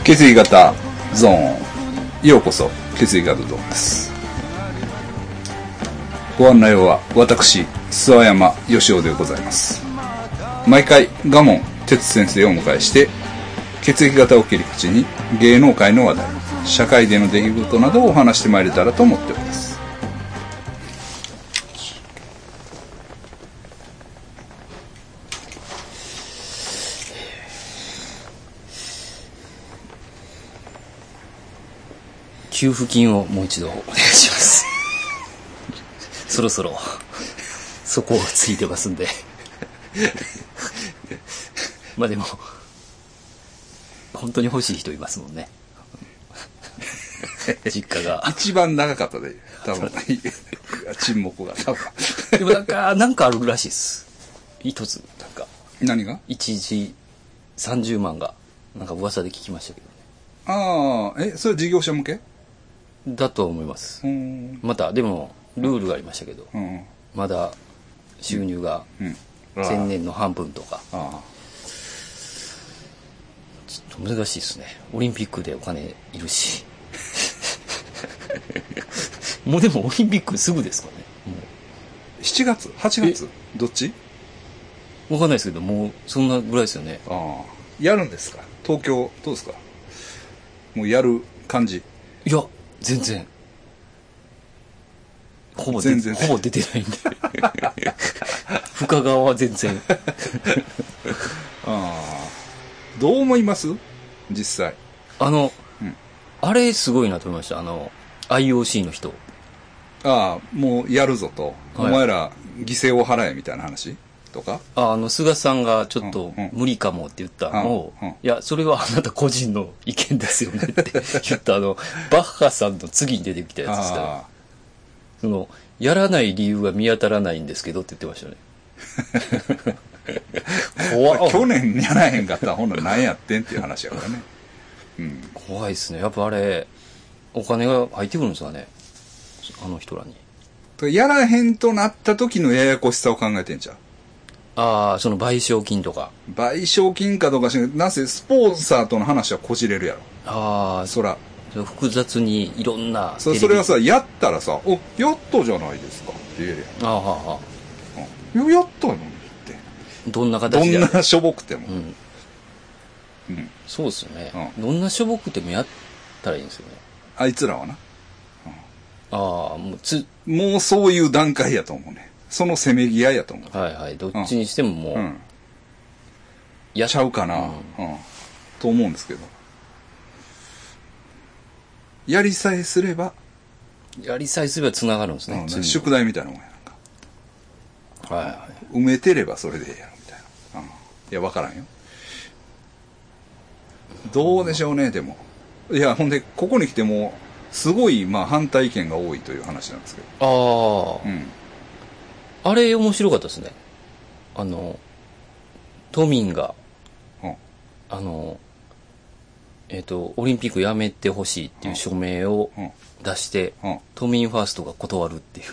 血液型ゾーン、ようこそ血液型ゾーンです。ご案内は私諏訪山義雄でございます。毎回賀門哲先生をお迎えして血液型を切り口に芸能界の話題、社会での出来事などをお話してまいれたらと思っております。 給付金をもう一度お願いします。そろそろ底をついてますんで。まあでも本当に欲しい人いますもんね。実家が一番長かったで多分沈黙が多分。 でもなんかあるらしいです。一つなんか何が一時30万がなんか噂で聞きましたけどね。 ああ、それ事業者向けだと思います。またでもルールがありましたけど、まだ収入が前年の半分とか、ちょっと難しいですね。オリンピックでお金いるし。もうでもオリンピックすぐですかね。もう 7月8月どっちわかんないですけど、もうそんなぐらいですよね。 やるんですか東京。どうですかもうやる感じ。 いや全然ほぼ出てないんで。深川は全然。 どう思います実際。 あれすごいなと思いました。IOC の人。 もうやるぞと、お前ら犠牲を払えみたいな話とか。 菅さんがちょっと無理かもって言ったのを、いやそれはあなた個人の意見ですよねって言ったバッハさんの次に出てきたやつですから。やらない理由が見当たらないんですけどって言ってましたね。怖い。 去年やらへんかったらほんなら何やってんっていう話やからね。 怖いですね。やっぱあれお金が入ってくるんですかね、あの人らに。 やらへんとなった時のややこしさを考えてんちゃう。 その賠償金とか。 賠償金かどうかしら、なぜスポンサーとの話はこじれるやろ。そら複雑にいろんなそれはさ、やったらさ、やったじゃないですかって言えるやん。やったのにって。 どんな形で。 どんなしょぼくても。 そうですよね。どんなしょぼくてもやったらいいんですよね。 あいつらはな。 もうそういう段階やと思うね。そのせめぎ合いやと思う。 はいはい。どっちにしてももう。 やっちゃうかな、と思うんですけど。やりさえすれば繋がるんですね。 宿題みたいなもんやなんか。 はいはい。 埋めてればそれでええやろみたいな。いや、わからんよ。どうでしょうね、でも。いや、ほんで、ここに来ても、すごい、反対意見が多いという話なんですけど。 あれ面白かったですね。都民が、オリンピックやめてほしいっていう署名を出して、都民ファーストが断るっていう。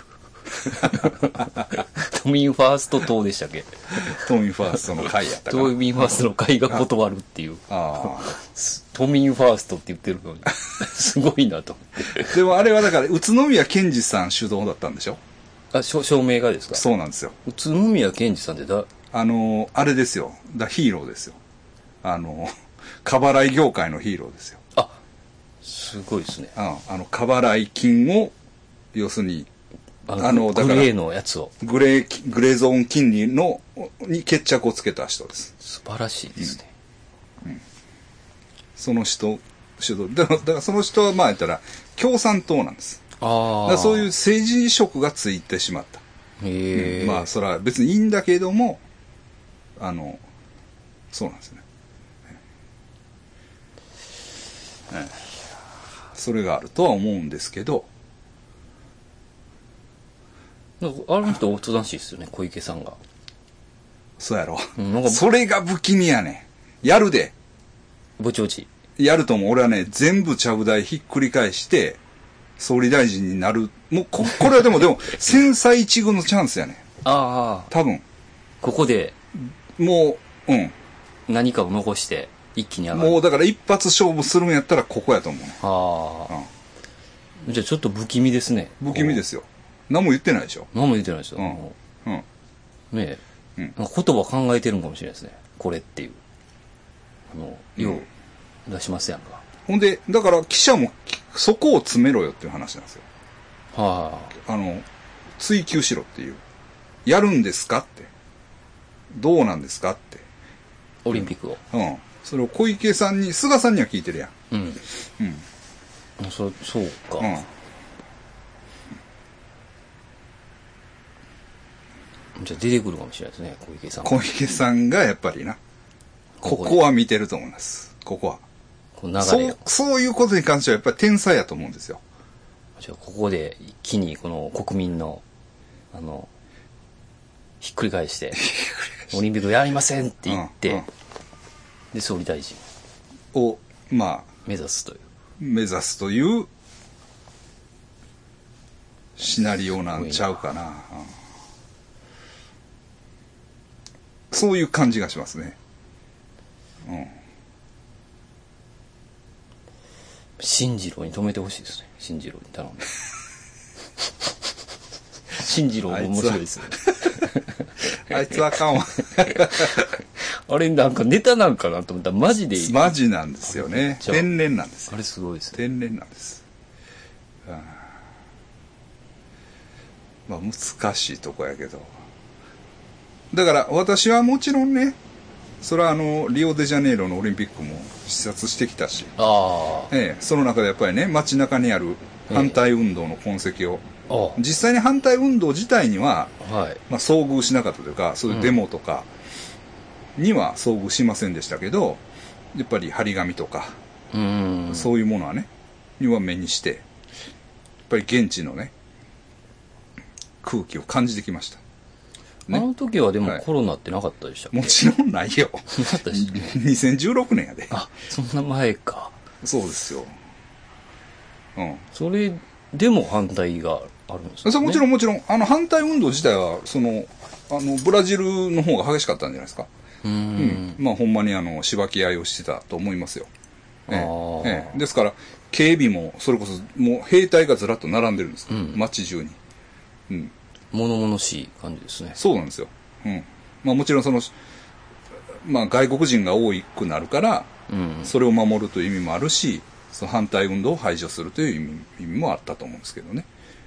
都民ファースト党でしたっけ。 都民ファーストの会やったかな。 都民ファーストの会が断るっていう。都民ファーストって言ってるのに、すごいなと思って。 でもあれはだから、宇都宮健治さん主導だったんでしょ。 署名がですか。 そうなんですよ。 宇都宮健治さんってあれですよ。ヒーローですよ。過払い業界のヒーローですよ。 すごいですね。 過払い金を、要するに、 だからグレーのやつを。 グレーゾーン金利に決着をつけた人です。 素晴らしいですね。 その人、だからその人は言ったら、共産党なんです。だからそういう政治色がついてしまった。それは別にいいんだけれども、そうなんですね。それがあるとは思うんですけど。 あの人おとなしいですよね、小池さんが。 そうやろ。それが不気味やね。やるで。 ぼちぼち。 やると思う。俺はね、全部ちゃぶ台ひっくり返して、総理大臣になる。もうこれはでも、千載一遇のチャンスやね。多分。 ここで。 もう、 何かを残して、 一気に上がる。 もうだから一発勝負するんやったらここやと思うね。 ああ、じゃあちょっと不気味ですね。 不気味ですよ。何も言ってないでしょ。 何も言ってないですよ。 うん。 ねえ、言葉考えてるんかもしれないですね。これっていう。よう出しますやんか。 ほんで、だから記者もそこを詰めろよっていう話なんですよ。 はあ。追求しろっていう。やるんですかって。どうなんですかって。 オリンピックを。 それを小池さんに、菅さんには聞いてるやん。 そうか。じゃあ出てくるかもしれないですね、小池さん。 小池さんがやっぱりな。ここは見てると思います。ここは。そういうことに関してはやっぱり天才やと思うんですよ。 じゃあここで一気にこの国民の、ひっくり返して、オリンピックやりませんって言って、で、総理大臣を、まあ、 目指すというシナリオなんちゃうかな。そういう感じがしますね。 進次郎に止めてほしいですね。進次郎に頼んで。進次郎も面白いですよね。 あいつあかんわ。 あれなんかネタなんかなと思ったらマジでいい。 マジなんですよね。天然なんですよ。 あれすごいですね。 天然なんです。まあ難しいとこやけど。だから私はもちろんね、それはリオデジャネイロのオリンピックも視察してきたし、その中でやっぱりね、街中にある反対運動の痕跡を、実際に反対運動自体には、まあ、遭遇しなかったというか、そういうデモとかには遭遇しませんでしたけど、やっぱり張り紙とか、そういうものはね、には目にして、やっぱり現地のね、空気を感じてきました。 ね、あの時はでもコロナってなかったでしたっけ？ もちろんないよ。2016年やで。 あ、そんな前か。 そうですよ。 それでも反対があるんですか、ね？ もちろんもちろん。反対運動自体は、ブラジルの方が激しかったんじゃないですか。まあほんまにしばき合いをしてたと思いますよ。ですから、警備も、それこそ、もう兵隊がずらっと並んでるんです。街中に。 物々しい感じですね。 そうなんですよ。まあもちろんまあ外国人が多くなるから、それを守るという意味もあるし、その反対運動を排除するという意味もあったと思うんですけどね。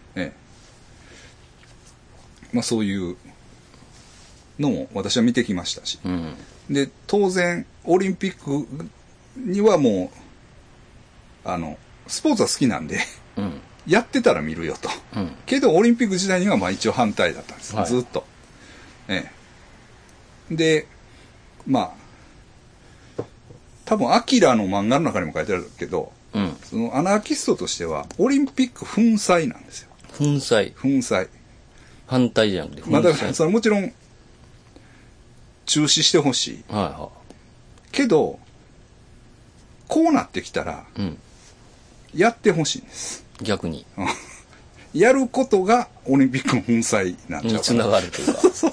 まあそういうのも私は見てきましたし。で、当然、オリンピックにはもう、スポーツは好きなんで、やってたら見るよと。けど、オリンピック時代にはまあ一応反対だったんです。ずっと。で、まあ、多分、アキラの漫画の中にも書いてあるけど、そのアナーキストとしては、オリンピック粉砕なんですよ。 粉砕。反対じゃなくて粉砕。 まあだから、もちろん、中止してほしい。けど、こうなってきたら、やってほしいんです。 逆に。 やることがオリンピックの粉砕なんちゃうかな。 につながるというか。 そう。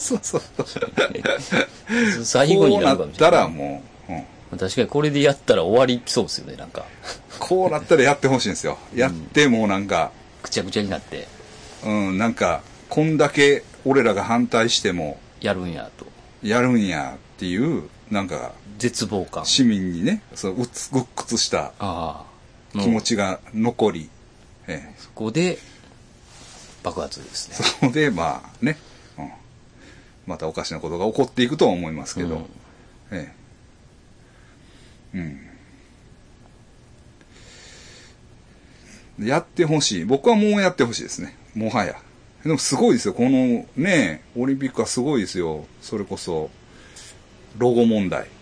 最後になるかもしれない。 こうなったらもう、確かにこれでやったら終わりそうですよね、なんか。 こうなったらやってほしいんですよ。やってもなんか、 くちゃくちゃになって。 なんか、こんだけ俺らが反対しても、 やるんやと。 やるんやっていう、なんか、 絶望感。 市民にね、鬱屈した気持ちが残り、 そこで爆発ですね。 そこでまあね、またおかしなことが起こっていくとは思いますけど、やってほしい。僕はもうやってほしいですね。もはや。でもすごいですよ。このね、オリンピックはすごいですよ。それこそ、ロゴ問題。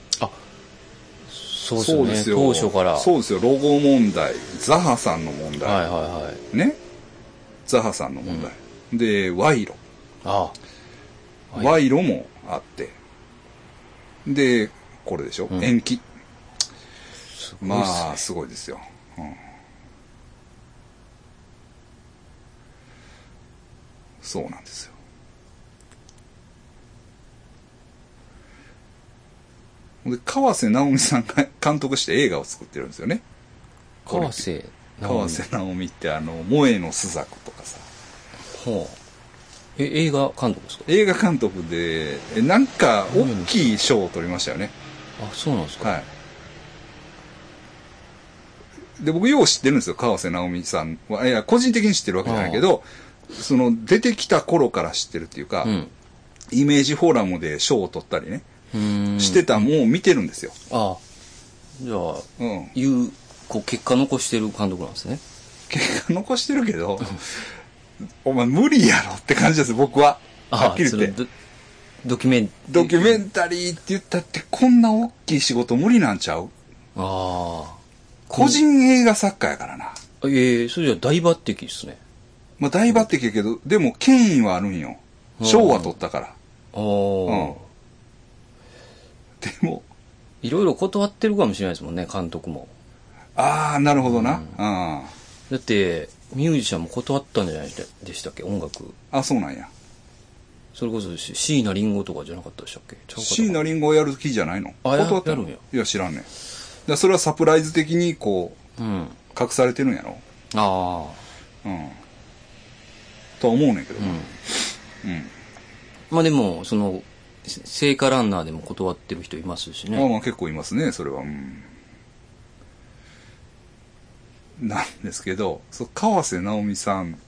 そうですよ。当初から。 そうですよ。ロゴ問題。ザハさんの問題。ね。ザハさんの問題。で、賄賂。賄賂もあって。で、これでしょ。延期。まあ、すごいですよ。そうなんですよ。 で、川瀬直美さんが監督して映画を作ってるんですよね。 川瀬直美って萌えの朱雀とかさ。 はあ。映画監督ですか？ 映画監督で、なんか、大きい賞を取りましたよね。 あ、そうなんですか？ はい。で、僕よう知ってるんですよ、川瀬直美さんは。いや、個人的に知ってるわけじゃないけど、出てきた頃から知ってるっていうか、イメージフォーラムで賞を取ったりね、してたもう見てるんですよ。 ああ。じゃあ、結果残してる監督なんですね。 結果残してるけど、お前無理やろって感じです、僕は。はっきり言って。 ドキュメンタリーって言ったってこんな大きい仕事無理なんちゃう？ ああ。 個人映画作家やからな。 それじゃ大抜擢ですね。 まあ大抜擢やけど、でも権威はあるんよ。賞は取ったから。でも。 いろいろ断ってるかもしれないですもんね、監督も。 ああ、なるほどな。 だって、ミュージシャンも断ったんじゃないでしたっけ、音楽。 あ、そうなんや。 それこそ椎名林檎とかじゃなかったでしたっけ？ 椎名林檎やる気じゃないの？ 断ったの？ いや、知らんねん。それはサプライズ的にこう、隠されてるんやろ？ ああ。 とは思うねんけど。 まあでも、聖火ランナーでも断ってる人いますしね。 まあ結構いますね、それは。なんですけど、川瀬直美さん、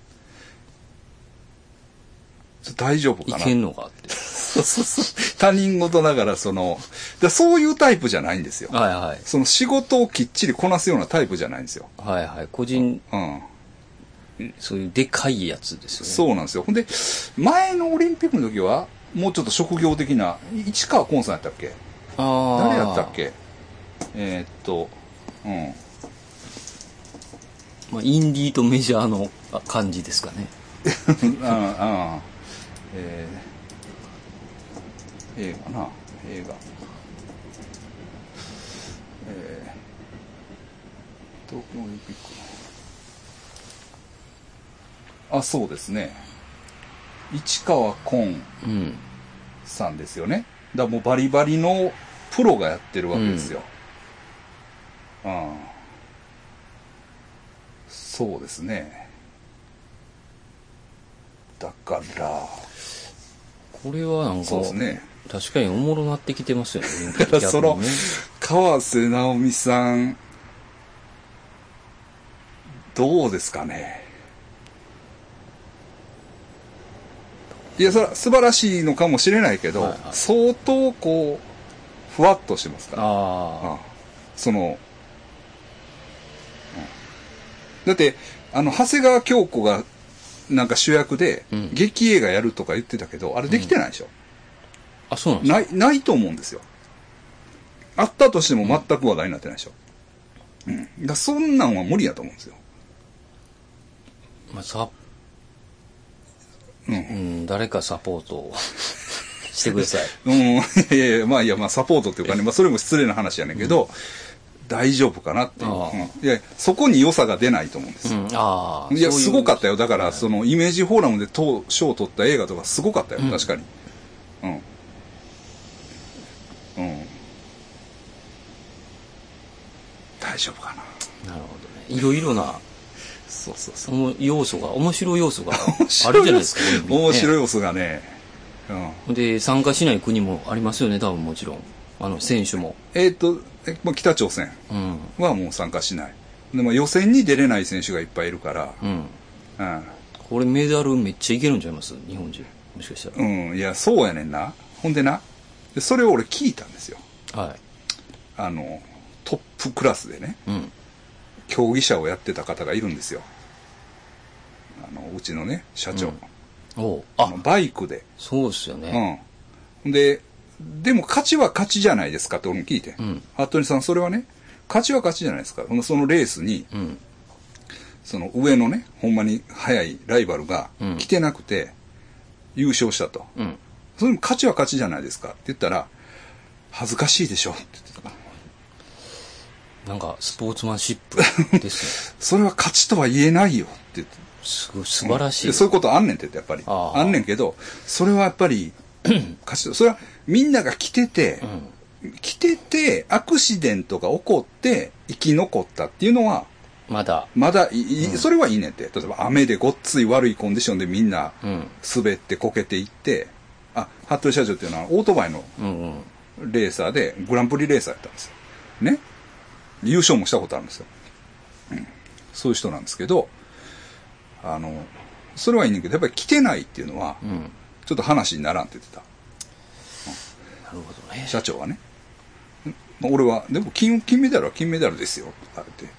大丈夫かな？ いけんのかって。 他人事ながらそういうタイプじゃないんですよ。 はいはい。 仕事をきっちりこなすようなタイプじゃないんですよ。 はいはい。個人、そういうでかいやつですよね。 そうなんですよ。ほんで、前のオリンピックの時は、もうちょっと職業的な、市川崑さんやったっけ？誰やったっけ？ まあ、インディーとメジャーの感じですかね。 映画。東京オリンピック。あ、そうですね。市川崑さんですよね。だからもうバリバリのプロがやってるわけですよ。そうですね。だから、 これはなんか、 そうですね。 確かにおもろなってきてますよね。 だから川瀬直美さん、どうですかね。いや、それは素晴らしいのかもしれないけど、相当こう、ふわっとしてますから。だって、長谷川京子がなんか主役で、劇映画やるとか言ってたけど、あれできてないでしょ。 あ、そうなんですか？ ないと思うんですよ。あったとしても全く話題になってないでしょ。だそんなんは無理やと思うんですよ。 まあ、誰かサポートをしてください。 いや、まあ、サポートっていうかね、まあ、それも失礼な話やねんけど、大丈夫かなっていう。いや、そこに良さが出ないと思うんですよ。いや、すごかったよ。だから、イメージフォーラムで賞を取った映画とかすごかったよ。確かに。大丈夫かな。 なるほどね。いろいろな、要素が、面白い要素があるじゃないですか。 面白い要素がね。 で、参加しない国もありますよね、多分もちろん。選手も。 北朝鮮はもう参加しない。でも予選に出れない選手がいっぱいいるから。 これメダルめっちゃいけるんちゃいます？日本人。もしかしたら。 いや、そうやねんな。ほんでな。それを俺聞いたんですよ。 はい。 トップクラスでね。競技者をやってた方がいるんですよ。うちのね、社長。バイクで。 そうですよね。 でも勝ちは勝ちじゃないですかって俺も聞いて。服部さん、それはね、勝ちは勝ちじゃないですか。そのレースに、その上のね、ほんまに速いライバルが来てなくて、優勝したと。それも勝ちは勝ちじゃないですかって言ったら、恥ずかしいでしょって言ってたから。 なんか、スポーツマンシップですね。 それは勝ちとは言えないよって言って。 すごい、素晴らしい。 そういうことあんねんって言って、やっぱり。あんねんけど、それはやっぱり、勝ちと、それはみんなが来てて、 来てて、アクシデントが起こって生き残ったっていうのは、 まだ、 それはいいねんて。例えば雨でごっつい悪いコンディションでみんな滑ってこけていって、服部社長っていうのはオートバイのレーサーで、グランプリレーサーやったんですよ。ね。優勝もしたことあるんですよ。そういう人なんですけど、それはいいねんけど、やっぱり来てないっていうのは、ちょっと話にならんって言ってた。 なるほどね。 社長はね。俺は、でも金メダルは金メダルですよ、って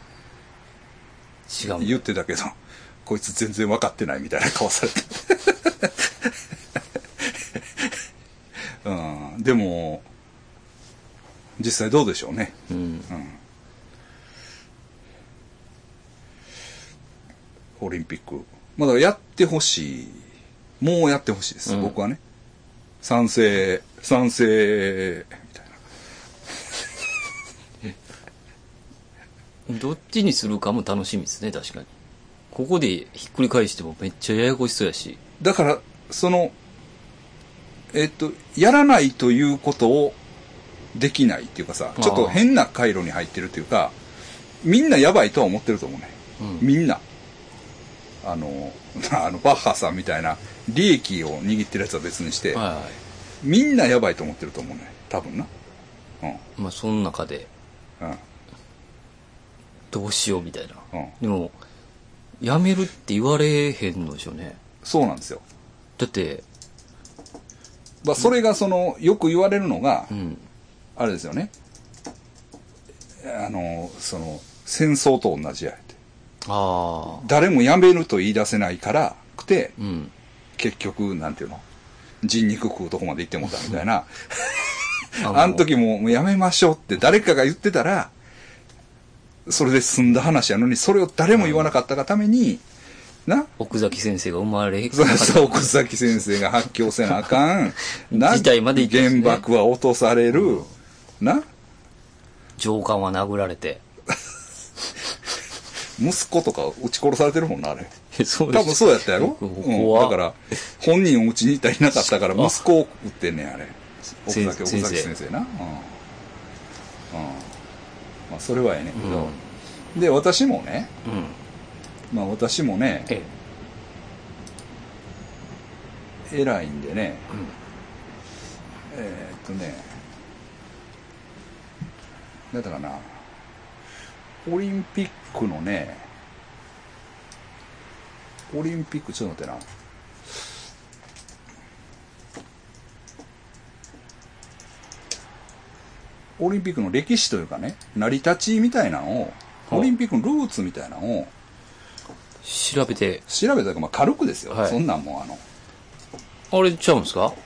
言ってたけど、こいつ全然分かってないみたいな顔されて。でも、実際どうでしょうね。オリンピック。まだやってほしい。もうやってほしいです、僕はね。賛成、みたいな。どっちにするかも楽しみですね、確かに。ここでひっくり返してもめっちゃややこしそうやし。 だから、やらないということをできないっていうかさ、ちょっと変な回路に入ってるっていうか、みんなやばいとは思ってると思うね。みんな。バッハさんみたいな利益を握ってるやつは別にして、みんなやばいと思ってると思うね。多分な。 まあ、その中で、どうしようみたいな。でも、やめるって言われへんのでしょうね。 そうなんですよ。 だって、 それがよく言われるのが、あれですよね。戦争と同じやって。誰もやめると言い出せないからくて、結局、なんていうの、人肉食うとこまで行ってもたみたいな。あの時もうやめましょうって誰かが言ってたら、それで済んだ話やのに、それを誰も言わなかったがために、 奥崎先生が生まれそう、奥崎先生が発狂せなあかん。 事態まで行きますね。 原爆は落とされる。 上官は殴られて。 息子とか撃ち殺されてるもんな、あれ。 そう多分そうやったやろ。だから、本人を撃ちに行ったらいなかったから、息子を撃ってんねん、あれ。奥崎先生な。まあ、それはええねんけど。で、私もね、偉いんでね、なんだかな、オリンピックのね、ちょっと待ってな。オリンピックの歴史というかね、成り立ちみたいなのを、オリンピックのルーツみたいなのを、 調べたか、まあ軽くですよ。そんなんもあれちゃうんですか？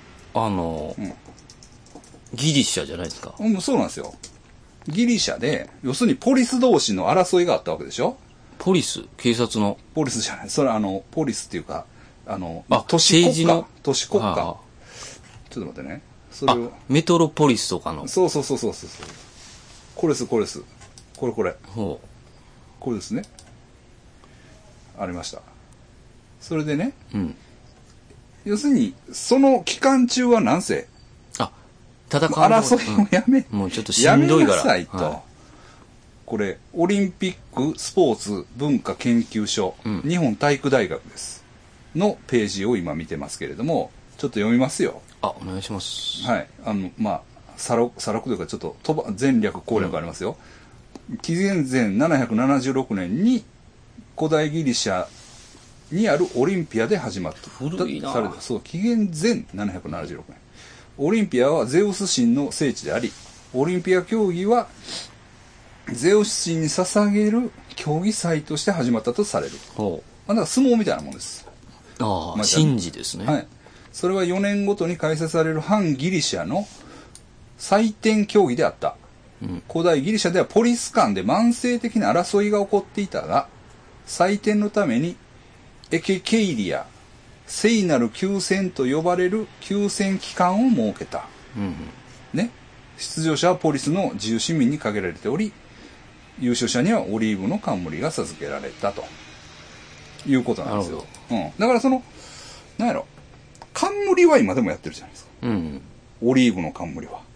ギリシャじゃないですか？ そうなんですよ。ギリシャで、要するにポリス同士の争いがあったわけでしょ？ ポリス？警察の？ ポリスじゃない。それはポリスっていうか、 都市国家。 都市国家。ちょっと待ってね。それを。 メトロポリスとかの。 そう。これです。これ。これですね。ありました。それでね。要するに、その期間中はなんせ、争いをやめ、 もうちょっとしんどいから。 やめなさいと。これ、オリンピックスポーツ文化研究所、日本体育大学です。のページを今見てますけれども、ちょっと読みますよ。 お願いします。 はい。査録というかちょっと前略後略ありますよ。紀元前776年に古代ギリシャにあるオリンピアで始まった。 古いな。 そう、紀元前776年。オリンピアはゼウス神の聖地であり、オリンピア競技はゼウス神に捧げる競技祭として始まったとされる。だから相撲みたいなもんです。 神事ですね。 はい。それは4年ごとに開催される反ギリシャの祭典競技であった。古代ギリシャではポリス間で慢性的な争いが起こっていたが、祭典のためにエケケイリア、聖なる休戦と呼ばれる休戦期間を設けた。ね。出場者はポリスの自由市民に限られており、優勝者にはオリーブの冠が授けられたということなんですよ。だからなんやろ、冠は今でもやってるじゃないですか。オリーブの冠は。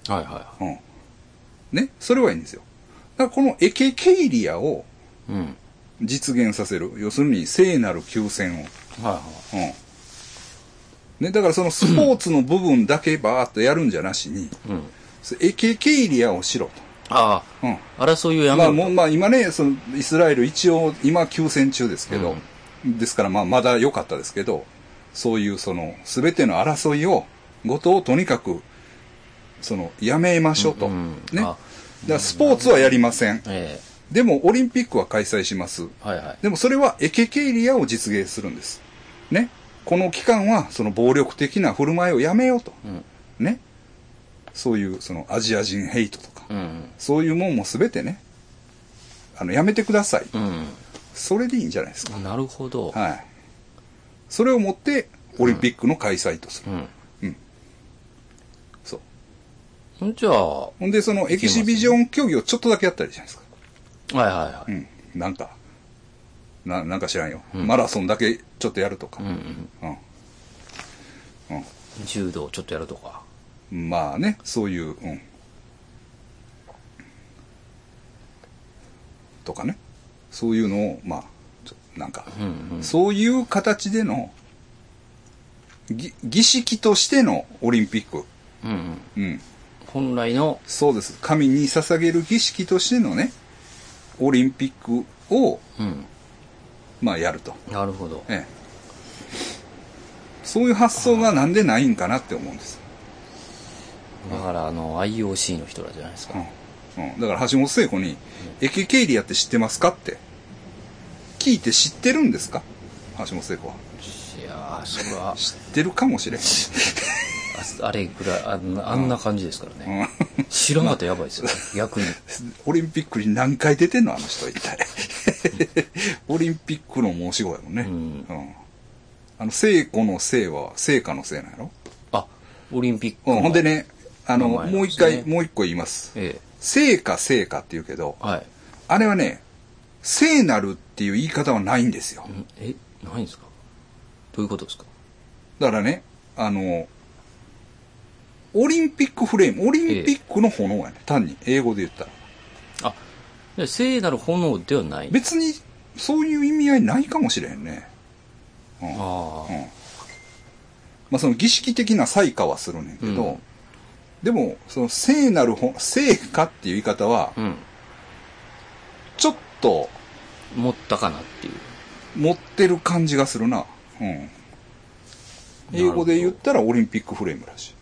はいはい。 ね。それはいいんですよ。だからこのエケケイリアを実現させる。要するに聖なる休戦を。はいはい。ね。だからそのスポーツの部分だけバーっとやるんじゃなしに、エケケイリアをしろと。 ああ。争いをやめろと。 まあ今ね、そのイスラエル一応今休戦中ですけど、ですからまだ良かったですけど、そういうその全ての争いをごとをとにかくやめましょうと、ね。だからスポーツはやりません。でもオリンピックは開催します。はいはい、でもそれはエケケイリアを実現するんです。ね。この期間はその暴力的な振る舞いをやめようと、ね。そういうそのアジア人ヘイトとか、そういうもんも全てね、やめてください。それでいいんじゃないですか。 なるほど。 はい。それをもってオリンピックの開催とする。そう。 じゃあ。ほんでそのエキシビジョン競技をちょっとだけやったらいいじゃないですか。はいはいはい。 なんか知らんよ。マラソンだけちょっとやるとか。 柔道ちょっとやるとか。 まあね、そういう、とかね。そういうのを、まあ、なんか、そういう形での、儀式としてのオリンピック。 本来の。 そうです。神に捧げる儀式としてのね、オリンピックを、まあやると。 なるほど。 そういう発想がなんでないんかなって思うんです。 だからIOC の人らじゃないですか。 だから橋本聖子に、エケケイリアって知ってますかって聞いて知ってるんですか橋本聖子は。 いやー、それは。 知ってるかもしれん。 あれぐらい、あんな感じですからね。知らんかったらやばいですよ、逆に。 オリンピックに何回出てんのあの人一体。オリンピックの申し子やもんね。聖子の聖は聖火の聖なんやろ。 あ、オリンピック。 ほんでね、もう一個言います。聖火って言うけど、あれはね、聖なるっていう言い方はないんですよ。 ないんですか？どういうことですか？ だからね、オリンピックフレーム、オリンピックの炎やね、単に、英語で言ったら。 あ、聖なる炎ではない。 別に、そういう意味合いないかもしれへんね。まあその儀式的な祭火はするねんけど、でも、その聖なる聖火っていう言い方は、ちょっと、 持ったかなっていう。 持ってる感じがするな。英語で言ったらオリンピックフレームらしい。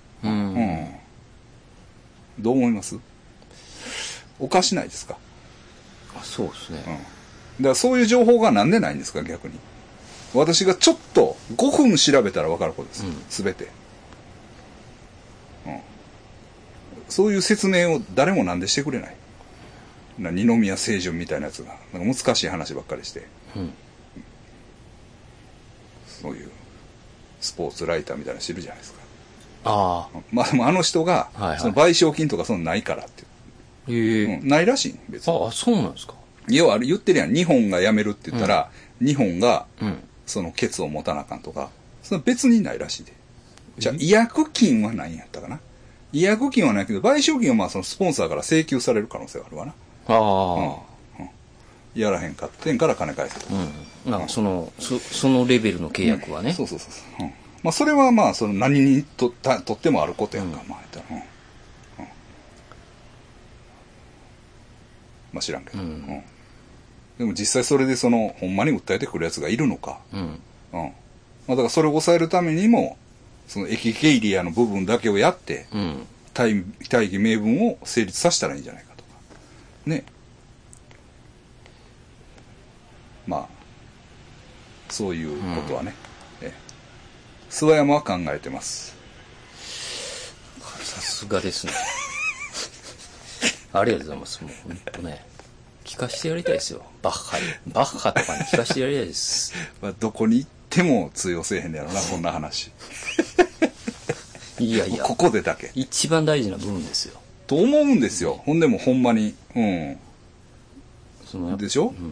どう思います？おかしないですか？ そうですね。 だからそういう情報がなんでないんですか、逆に。私がちょっと5分調べたら分かることです。すべて。そういう説明を誰もなんでしてくれない。二宮清純みたいなやつがなんか難しい話ばっかりして、そういうスポーツライターみたいなの知るじゃないですか。まあでもあの人が、その賠償金とかそんなないからって、ないらしい別に。 そうなんですか。 要は言ってるやん、日本が辞めるって言ったら、日本がそのケツを持たなあかんとか、その別にないらしいで。じゃあ違約金はないんやったかな。違約金はないけど賠償金はまあそのスポンサーから請求される可能性があるわな。やらへんかってんから金返せと。 なんかそのレベルの契約はね。 そう。まあそれはまあその何にとってもあることやんか、まあ言ったら。まあ知らんけど。でも実際それでほんまに訴えてくるやつがいるのか。まあだからそれを抑えるためにも、そのエキケイリアの部分だけをやって、大義名分を成立させたらいいんじゃないかとか。ね。まあ、そういうことはね。諏訪山は考えてます。 さすがですね。ありがとうございます。もう本当ね。聞かせてやりたいですよ。バッハとかに聞かせてやりたいです。 まあどこに行っても通用せえへんねやろな、こんな話。 いやいや。 ここでだけ。 一番大事な部分ですよ。 と思うんですよ。ほんでもほんまに。でしょ？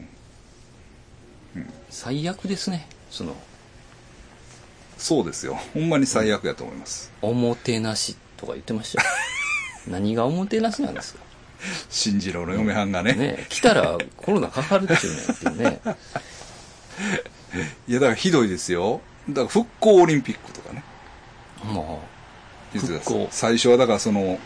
最悪ですね。 そうですよ。ほんまに最悪やと思います。 おもてなしとか言ってましたよ。 何がおもてなしなんですか。 新次郎の嫁はんがね。 ね、来たらコロナかかるっちゅうねんっていうね。 いや、だからひどいですよ。だから復興オリンピックとかね。 まあ、復興。 最初はだから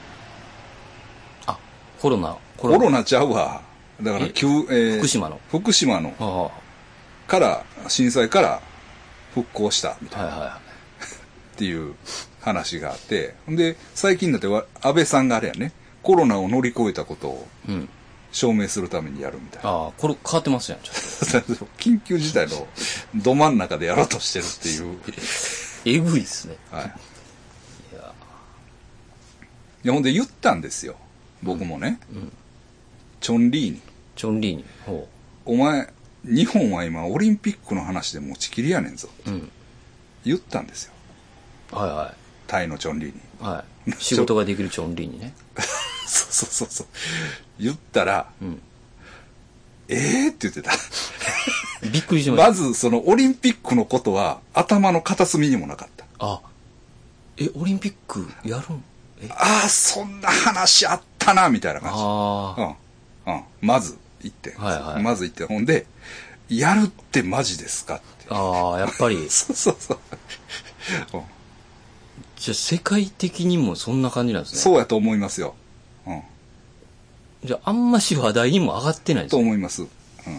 コロナちゃうわ。だから福島のから震災から復興したみたいな、っていう話があって、で最近だって安倍さんがあれやね、コロナを乗り越えたことを証明するためにやるみたいな。 これ変わってますやん、ちょっと。 緊急事態のど真ん中でやろうとしてるっていう。 えぐいっすね。 はい。いや、ほんで言ったんですよ。僕もね。チョンリーに。お前、日本は今オリンピックの話で持ちきりやねんぞ。言ったんですよ。 はいはい。 タイのチョンリーに。 はい。仕事ができるチョンリーにね。 そう。言ったら、って言ってた。 びっくりしました。 まず、そのオリンピックのことは頭の片隅にもなかった。 オリンピックやるん？ そんな話あったな、みたいな感じ。まず言って。まず言って。ほんで、やるってマジですかって。 やっぱり。 そう。 じゃあ世界的にもそんな感じなんですね。 そうやと思いますよ。 じゃああんまし話題にも上がってないですね。 と思います。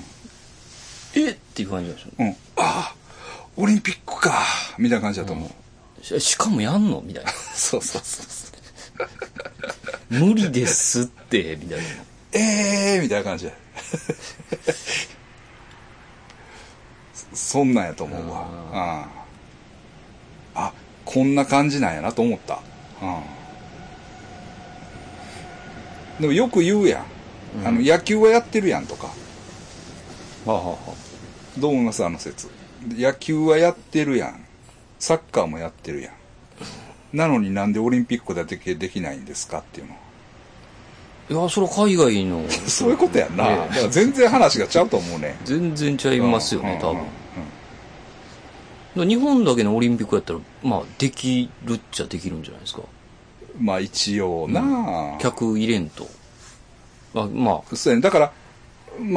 っていう感じなんですよね。 オリンピックか、みたいな感じだと思う。しかもやんのみたいな。 そう。 無理ですって、みたいな。 みたいな感じで。そんなんやと思うわ。こんな感じなんやなと思った。でもよく言うやん。野球はやってるやんとか。どう思いますあの説。野球はやってるやん。サッカーもやってるやん。なのになんでオリンピックだけできないんですかっていうの。 いや、それは海外の。 そういうことやんな。だから全然話がちゃうと思うね。 全然ちゃいますよね、多分。日本だけのオリンピックやったら、できるっちゃできるんじゃないですか。 一応な、 客入れんと。 そうやね。だから、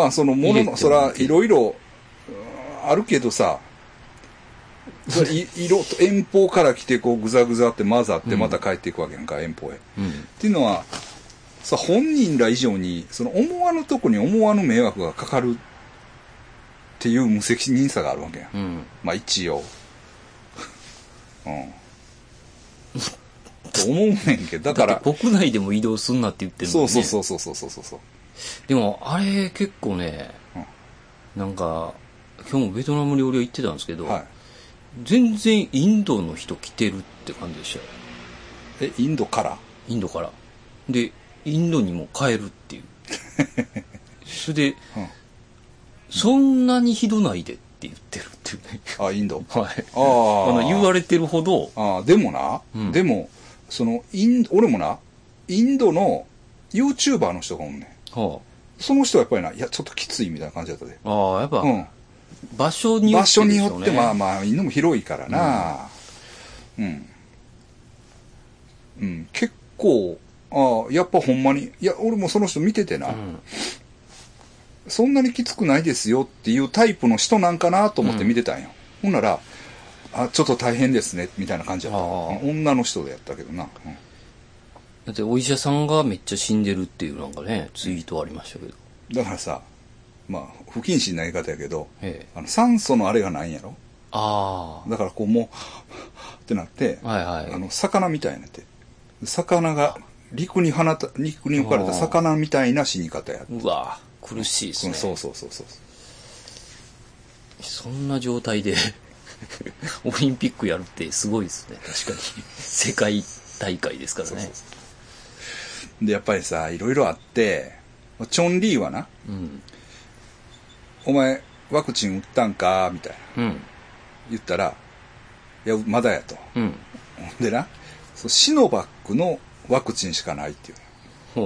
そのものの、そら、いろいろ、あるけどさ、遠方から来て、ぐざぐざって混ざってまた帰っていくわけやんか、遠方へ。っていうのは、さ、本人ら以上に、その思わぬとこに思わぬ迷惑がかかるっていう無責任さがあるわけやん。一応。と思うねんけど、だから。 国内でも移動すんなって言ってるのね。 そう。 でも、あれ結構ね、なんか、今日もベトナム料理屋行ってたんですけど、全然インドの人来てるって感じでしたよ。 インドから。 で、インドにも帰るっていう。それで、そんなにひどないでって言ってるっていうね。 インド。 言われてるほど。 でもな、でも、俺もな、インドの YouTuber の人がおんねん。その人はやっぱりな、ちょっときついみたいな感じだったで。 やっぱ、場所によって、 場所によって、インドも広いからな。結構、やっぱほんまに、俺もその人見ててな、そんなにきつくないですよっていうタイプの人なんかなと思って見てたんよ。ほんなら、ちょっと大変ですね、みたいな感じだった。女の人でやったけどな。 だってお医者さんがめっちゃ死んでるっていうなんかね、ツイートありましたけど。 だからさ、不謹慎な言い方やけど、酸素のあれがないんやろ。だからもう、ってなって、魚みたいになって。魚が、陸に置かれた魚みたいな死に方や。 うわ苦しいですね。 そう。 そんな状態でオリンピックやるってすごいですね。確かに。世界大会ですからね。 で、やっぱりさ、いろいろあって、チョンリーはな、お前、ワクチン打ったんかみたいな。言ったら、いや、まだやと。でな、シノバックのワクチンしかないっていう。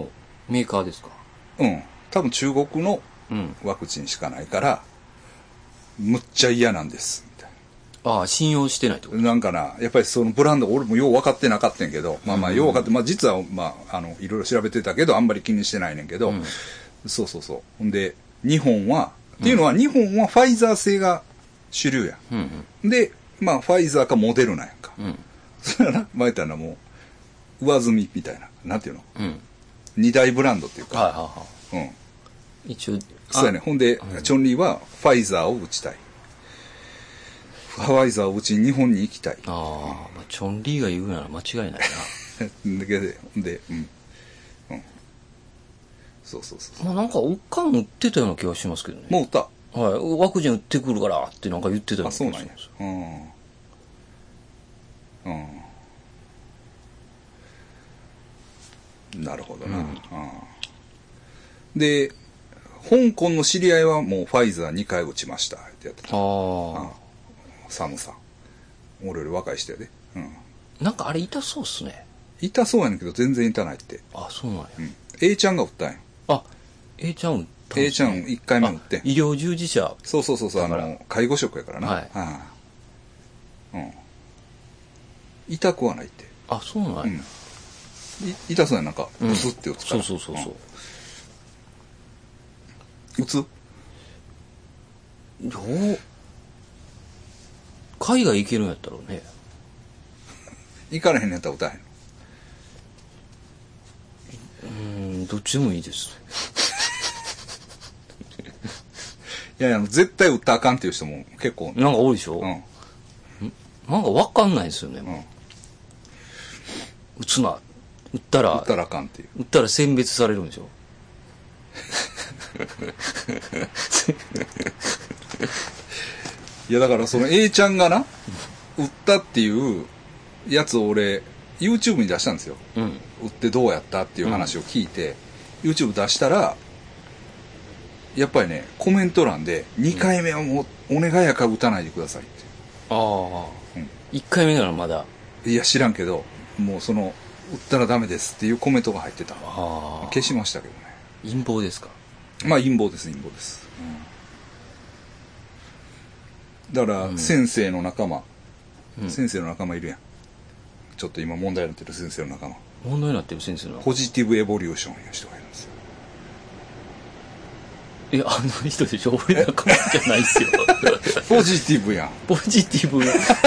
メーカーですか？ 多分中国のワクチンしかないから、むっちゃ嫌なんです。みたいああ、信用してないってこと？ なんかな、やっぱりそのブランド、俺もよう分かってなかったんやけど、まあよう分かって、実はいろいろ調べてたけど、あんまり気にしてないねんけど、そうそうそう。ほんで、日本は、っていうのは日本はファイザー製が主流や。で、ファイザーかモデルナやんか。それはな、前言ったらもう、上積みみたいな、なんていうの、二大ブランドっていうか。 一応。 そうやね。ほんで、チョンリーはファイザーを打ちたい。ファイザーを打ちに日本に行きたい。 チョンリーが言うなら間違いないな。 で、そうそうそう。 なんか、おっかん打ってたような気がしますけどね。 もう打った？ はい。ワクチン打ってくるからってなんか言ってたような気がします。 そうなんや。なるほどな。で、香港の知り合いはもうファイザー2回打ちましたってやってた。サムさん。俺より若い人やで。 なんかあれ痛そうっすね。 痛そうやねんけど全然痛ないって。 そうなんや。 A ちゃんが打ったんや。 A ちゃん打ったん？ A ちゃん1回目打って。 医療従事者。 そう、介護職やからな。 はい。 痛くはないって。 そうなんや。 痛そうやなんか、ブスって打つから。 そう。 打つ？ 海外行けるんやったらね。 行かれへんのやったら打たへん。 どっちでもいいです。 いや絶対打ったらあかんっていう人も結構。 なんか多いでしょ？なんかわかんないですよね。打つな。打ったらあかんっていう。 打ったら選別されるんでしょ？ いやだからその A ちゃんがな、打ったっていうやつを俺 YouTube に出したんですよ。打ってどうやったっていう話を聞いて、YouTube 出したらやっぱりねコメント欄で2回目はもうお願いやから打たないでくださいって。 1回目ならまだ。 いや知らんけど、もうその打ったらダメですっていうコメントが入ってた。消しましたけどね。 陰謀ですか？ 陰謀です。だから先生の仲間、先生の仲間いるやん。ちょっと今問題になってる先生の仲間。 問題になってる先生の仲間。 ポジティブエボリューションいう人がいるんですよ。 あの人でしょ？俺仲間じゃないっすよ。 ポジティブやん。 ポジティ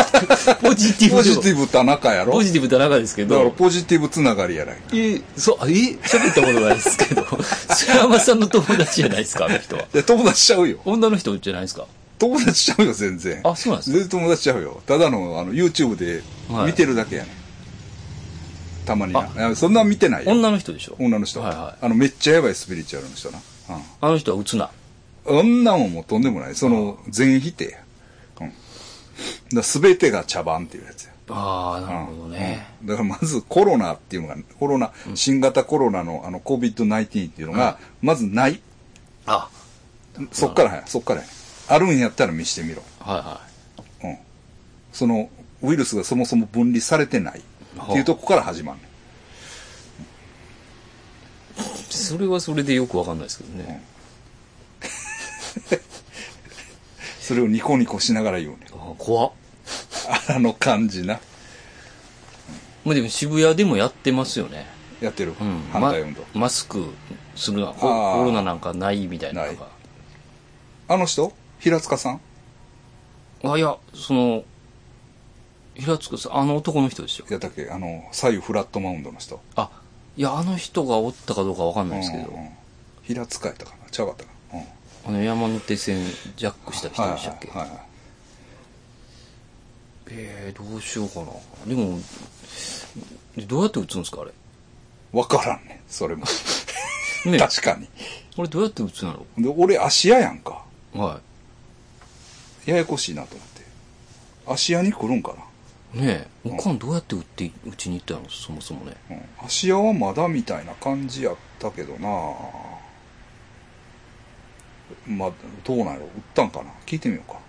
ブ田中やろ？ ポジティブ田中ですけど。 だからポジティブつながりやないか。 喋ったことないですけど。須山さんの友達じゃないですか、あの人は。 友達しちゃうよ。 女の人じゃないですか？ 友達しちゃうよ、全然。 そうなんですか？ 全然友達しちゃうよ。ただの、YouTube で見てるだけやねん。たまにな。そんな見てないよ。 女の人でしょ？ 女の人。めっちゃやばいスピリチュアルの人な。 あの人は打つな。 女ももうとんでもない。全否定や。全てが茶番っていうやつや。 なるほどね。 だからまずコロナっていうのが、新型コロナのCOVID-19 っていうのが、まずない。そっからや。あるんやったら見してみろ。そのウイルスがそもそも分離されてないっていうとこから始まるね。 それはそれでよくわかんないですけどね。 それをニコニコしながら言うね。 怖っ。 あの感じな。 でも渋谷でもやってますよね。 やってる。反対運動。 マスクするな。コロナなんかないみたいなのが。 あの人？平塚さん？ いや、平塚さん、あの男の人ですよ。 やったっけ？左右フラットマウンドの人。 いや、あの人がおったかどうかわかんないですけど。 平塚やったかな？ちゃうかったかな？ 山手線ジャックした人でしたっけ？どうしようかな。でも、どうやって打つんですか、あれ。 わからんね、それも。確かに。 俺どうやって打つんやろ？ で、俺芦屋やんか。 ややこしいなと思って。芦屋に来るんかな。ねえ、おかんどうやって打ちに行ったの、そもそもね。 芦屋はまだみたいな感じやったけどな。どうなんやろ、打ったんかな、聞いてみようか。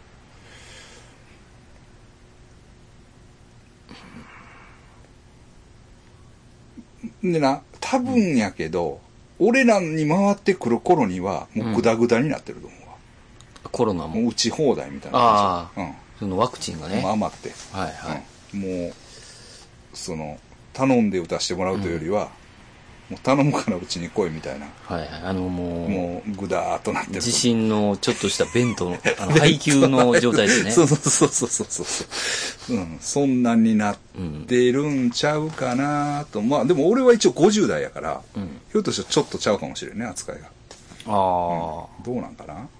でな、多分やけど、俺らに回ってくる頃にはもうグダグダになってると思うわ。 コロナも打ち放題みたいな感じ。 そのワクチンがね。 余って。 はいはい。 もう、頼んで打たしてもらうというよりは、もう頼むからうちに来いみたいな。 はいはい。 もう、ぐだーっとなってる。 地震のちょっとした弁当の、配給の状態ですね。 そう。そんなんになってるんちゃうかなと。まあ、でも俺は一応50代やから、ひょっとしたらちょっとちゃうかもしれんね、扱いが。どうなんかな。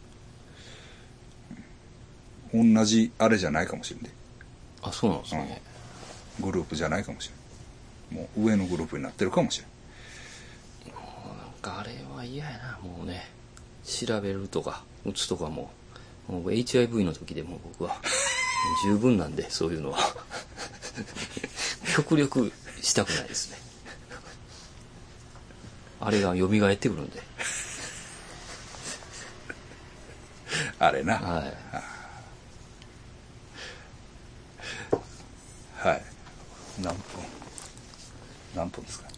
同じあれじゃないかもしれんで。 あ、そうなんですね。 グループじゃないかもしれん。もう上のグループになってるかもしれん。 なんかあれは嫌やな、もうね。調べるとか、打つとかもう HIV の時でも僕は十分なんで、そういうのは。極力したくないですね。あれが蘇ってくるんで。 あれな。 はい。 はい。何分ですか。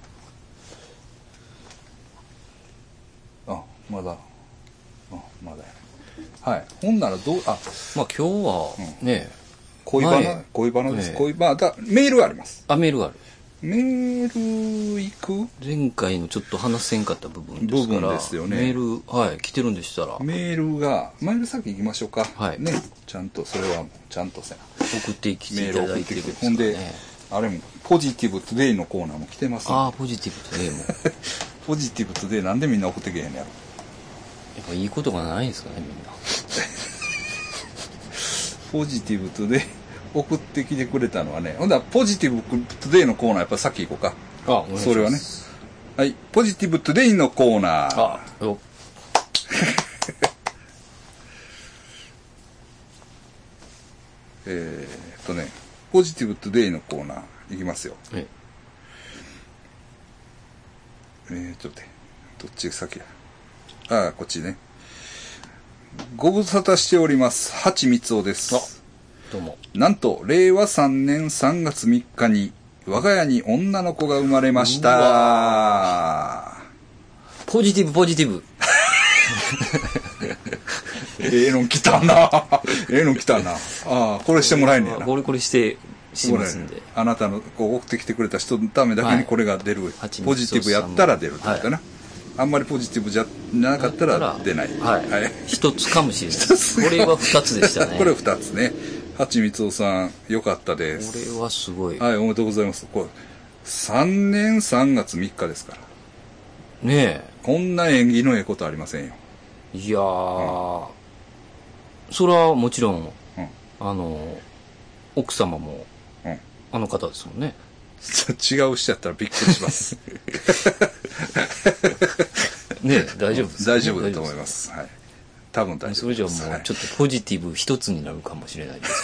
まだやね。はい。ほんならまあ今日はね、 恋バナです。恋バナメールあります。 メールがある。 メール行く？ 前回のちょっと話せんかった部分ですから。 部分ですよね。 メール、はい、来てるんでしたら。 メール先行きましょうか。はい。ね。ちゃんと、それはちゃんとせん。 送ってきていただいてるんですかね。 ほんで、あれも、ポジティブトゥデイのコーナーも来てますね。 ポジティブトゥデイも。 ポジティブトゥデイなんでみんな送ってけへんのやろ。 やっぱいいことがないんですかね、みんな。 ポジティブトゥデイ送ってきてくれたのはね、ほんだらポジティブトゥデイのコーナーやっぱ先行こうか。 お願いします。 それはね。はい、ポジティブトゥデイのコーナー。ポジティブトゥデイのコーナーいきますよ。ちょっと待って、どっちが先や。こっちね。ご無沙汰しております。八光雄です。 どうも。 なんと、令和3年3月3日に、我が家に女の子が生まれました。 ポジティブ。 の来たな。これしてもらえんねやな。 これしますんで。 あなたの送ってきてくれた人のためだけにこれが出る。ポジティブやったら出るってことかな。あんまりポジティブじゃなかったら出ない。 一つかもしれないです。これは二つでしたね。 これ二つね。八光雄さん、よかったです。 これはすごい。 はい、おめでとうございます。これ、3年3月3日ですから。 ねえ。 こんな縁起のええことありませんよ。 いやー、それはもちろん、奥様も、あの方ですもんね。 違う人やったらびっくりします。 ねえ、大丈夫です、 大丈夫だと思います。はい。多分大丈夫です。 それじゃもうちょっとポジティブ一つになるかもしれないです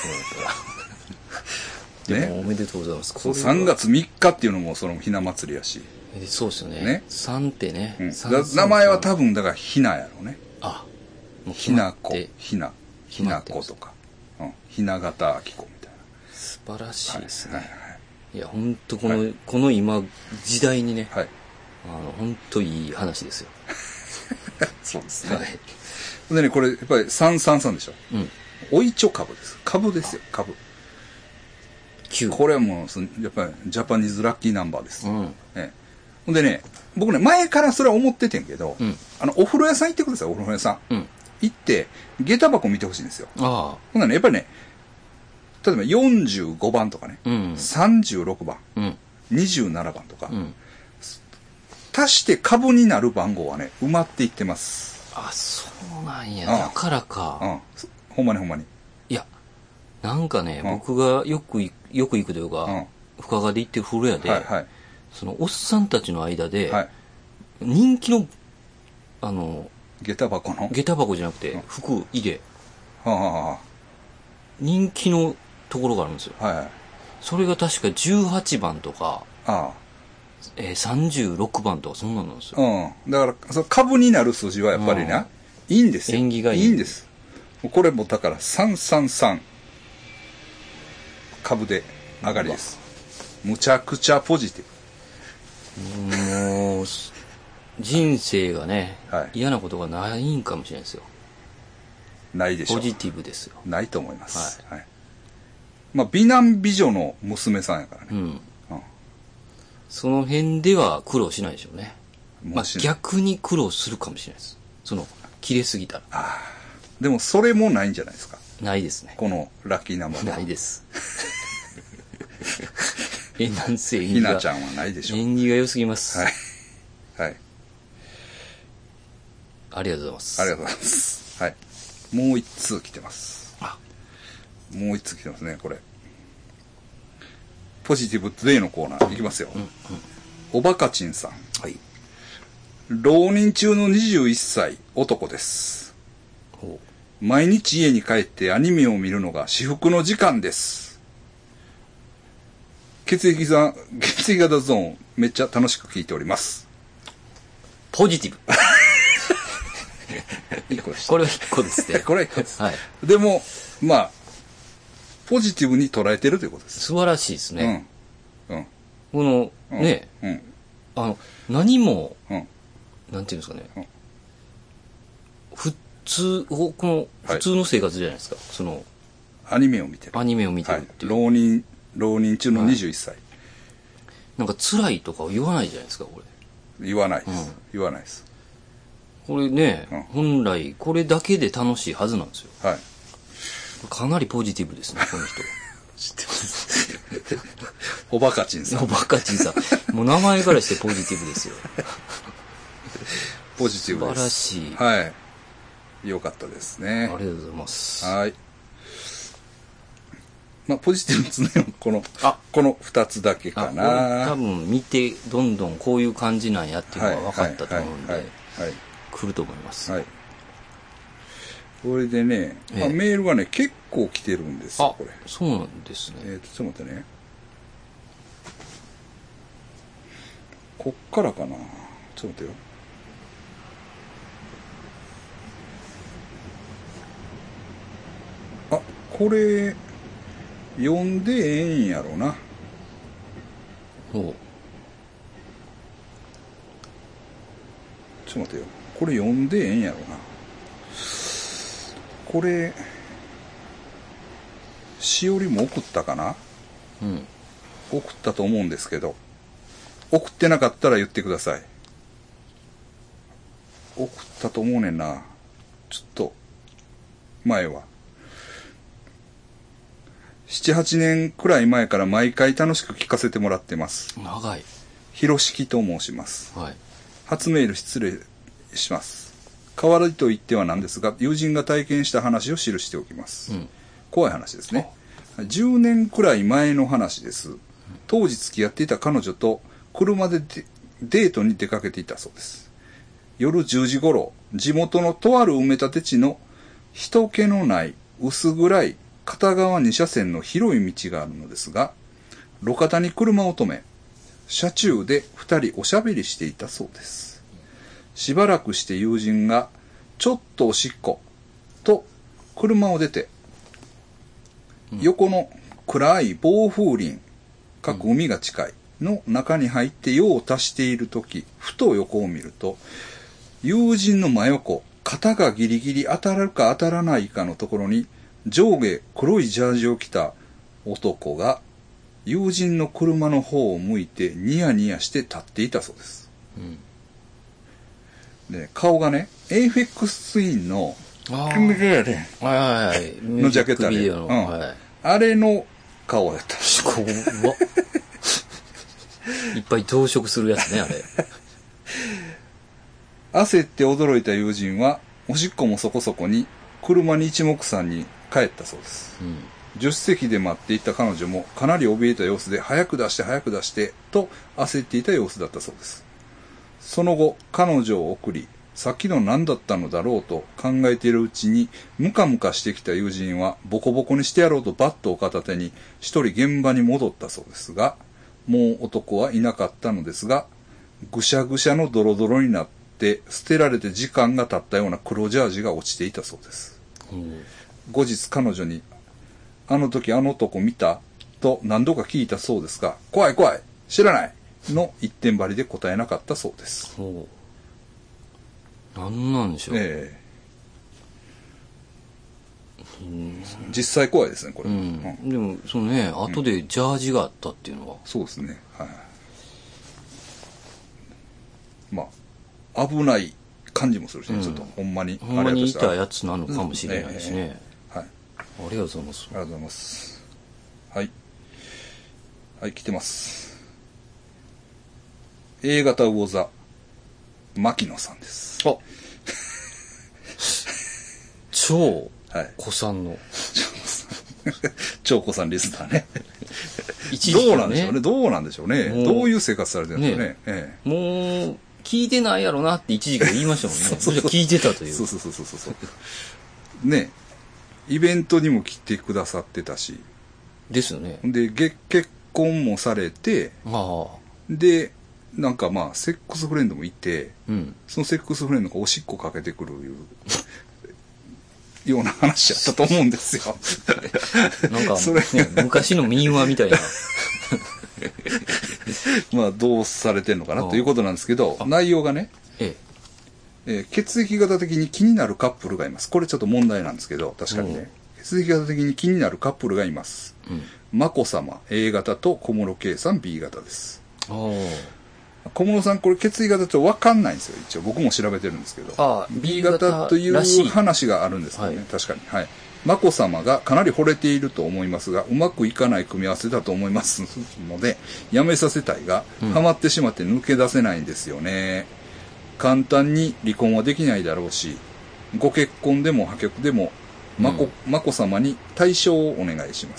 ね。でもおめでとうございます。 3月3日っていうのもそのひな祭りやし。 そうですよね。3ってね。 名前は多分だからひなやろうね。ひな子、ひな子とか、ひな形あき子みたいな。 素晴らしいですね。いや、本当この今時代にね、本当いい話ですよ。 そうですね。でね、これやっぱり333でしょ。おいちょ株です。株ですよ、株。これはもうやっぱりジャパニーズラッキーナンバーです。ほんでね、僕ね、前からそれは思っててんけど、お風呂屋さん行ってください、お風呂屋さん。行って、下駄箱見てほしいんですよ。ほんならね、やっぱりね、例えば45番とかね、36番、27番とか、足して株になる番号はね、埋まっていってます。 そうなんや。だからか。 ほんまに。 いや、なんかね、僕がよく行くというか、深川で行ってる風呂屋で、そのおっさんたちの間で、人気の、 下駄箱じゃなくて、服入れ。人気のところがあるんですよ。それが確か18番とか、36番とかそんなのなんですよ。 だから、その株になる数字はやっぱりね、いいんですよ。 縁起がいい。 いいんです。これもだから333株で上がりです。むちゃくちゃポジティブ。もう、人生がね、嫌なことがないんかもしれないですよ。 ないでしょう。 ポジティブですよ。 ないと思います。 はい。 まあ、美男美女の娘さんやからね。 うん。その辺では苦労しないでしょうね。まあ、逆に苦労するかもしれないです。切れすぎたら。 でもそれもないんじゃないですか。 ないですね。 このラッキーナンバーないです。なんせひなちゃんはないでしょう。 縁起が良すぎます。 はい。はい。 ありがとうございます。 ありがとうございます。はい。もう一通来てます。もう一通来てますね、これ。ポジティブトゥデイのコーナーいきますよ。おばかちんさん。 はい。 浪人中の21歳男です。毎日家に帰ってアニメを見るのが至福の時間です。血液型ゾーンめっちゃ楽しく聞いております。 ポジティブ。 1個でした。 これは1個ですね。 これは1個です。 はい。 でも、まあ、ポジティブに捉えてるということです。 素晴らしいですね。この、ね、何も、なんていうんですかね。普通の生活じゃないですか。 アニメを見てる。 アニメを見てるっていう。 浪人中の21歳。 なんか辛いとか言わないじゃないですか、これ。 言わないです。言わないです。 これね、本来これだけで楽しいはずなんですよ。 はい。 かなりポジティブですね、この人。 知ってます。おばかちんさん。 おばかちんさん。もう名前からしてポジティブですよ。 ポジティブです。 素晴らしい。 はい。よかったですね。 ありがとうございます。 はい。まあ、ポジティブですね。この2つだけかな。 多分見て、どんどんこういう感じなんやっていうのが分かったと思うんで、来ると思います。はい。 これでね、メールがね、結構来てるんですよ、これ。 そうなんですね。 ちょっと待ってね。こっからかな。ちょっと待ってよ。これ、読んでええんやろな。ちょっと待ってよ。これ読んでええんやろな。これ、しおりも送ったかな？送ったと思うんですけど、送ってなかったら言ってください。送ったと思うねんな。ちょっと、前は。7、8年くらい前から毎回楽しく聞かせてもらってます。 長い。 ひろしきと申します。 はい。 初メール失礼します。代わりと言ってはなんですが、友人が体験した話を記しておきます。怖い話ですね。10年くらい前の話です。当時付き合っていた彼女と車でデートに出かけていたそうです。夜10時頃、地元のとある埋め立て地の人気のない薄暗い片側2車線の広い道があるのですが、路肩に車を止め、車中で2人おしゃべりしていたそうです。しばらくして友人が、ちょっとおしっこ、と車を出て、横の暗い暴風林、海が近いの中に入って用を足しているとき、ふと横を見ると、友人の真横、肩がギリギリ当たるか当たらないかのところに、上下黒いジャージを着た男が、友人の車の方を向いてニヤニヤして立っていたそうです。で、顔がね、エイフェックスツインの、のジャケットあれ、あれの顔やった。 怖っ。いっぱい増殖するやつね、あれ。 焦って驚いた友人は、おしっこもそこそこに、車に一目散に帰ったそうです。助手席で待っていた彼女もかなり怯えた様子で、早く出して早く出して、と焦っていた様子だったそうです。その後、彼女を送り、さっきの何だったのだろうと考えているうちに、ムカムカしてきた友人は、ボコボコにしてやろうとバットを片手に、一人現場に戻ったそうですが、もう男はいなかったのですが、ぐしゃぐしゃのドロドロになって、捨てられて時間が経ったような黒ジャージが落ちていたそうです。後日彼女に、あの時あの男見たと何度か聞いたそうですが、怖い怖い知らないの一点張りで答えなかったそうです。 何なんでしょう。 実際怖いですね、これ。 でも、そのね、後でジャージがあったっていうのは。 そうですね。はい。まあ、危ない感じもするしね、ちょっと、ほんまに。 ほんまにいたやつなのかもしれないですね。 はい。 ありがとうございます。 ありがとうございます。はい。はい、来てます。A 型魚座、牧野さんです。 あ超子さんの。 超子さんリスナーね。 一時期ね、 どうなんでしょうね。どうなんでしょうね。どういう生活されてるんですかね。 もう、聞いてないやろなって一時期言いましたもんね。それ聞いてたという。 そう。ね、イベントにも来てくださってたし。 ですよね。 で、結婚もされて、で、なんかまあ、セックスフレンドもいて、そのセックスフレンドがおしっこかけてくるような話やったと思うんですよ。 なんか、それ、ね、昔の民話みたいな。 まあ、どうされてんのかなということなんですけど、内容がね、血液型的に気になるカップルがいます。これちょっと問題なんですけど、確かにね。血液型的に気になるカップルがいます。眞子さま A 型と小室圭さん B 型です。小室さんこれ血液型ちょっと分かんないんですよ。一応僕も調べてるんですけど。B 型という話があるんですよね。確かに。はい。眞子さまがかなり惚れていると思いますが、うまくいかない組み合わせだと思いますので、やめさせたいが、ハマってしまって抜け出せないんですよね。簡単に離婚はできないだろうし、ご結婚でも破局でも、眞子さまに対処をお願いします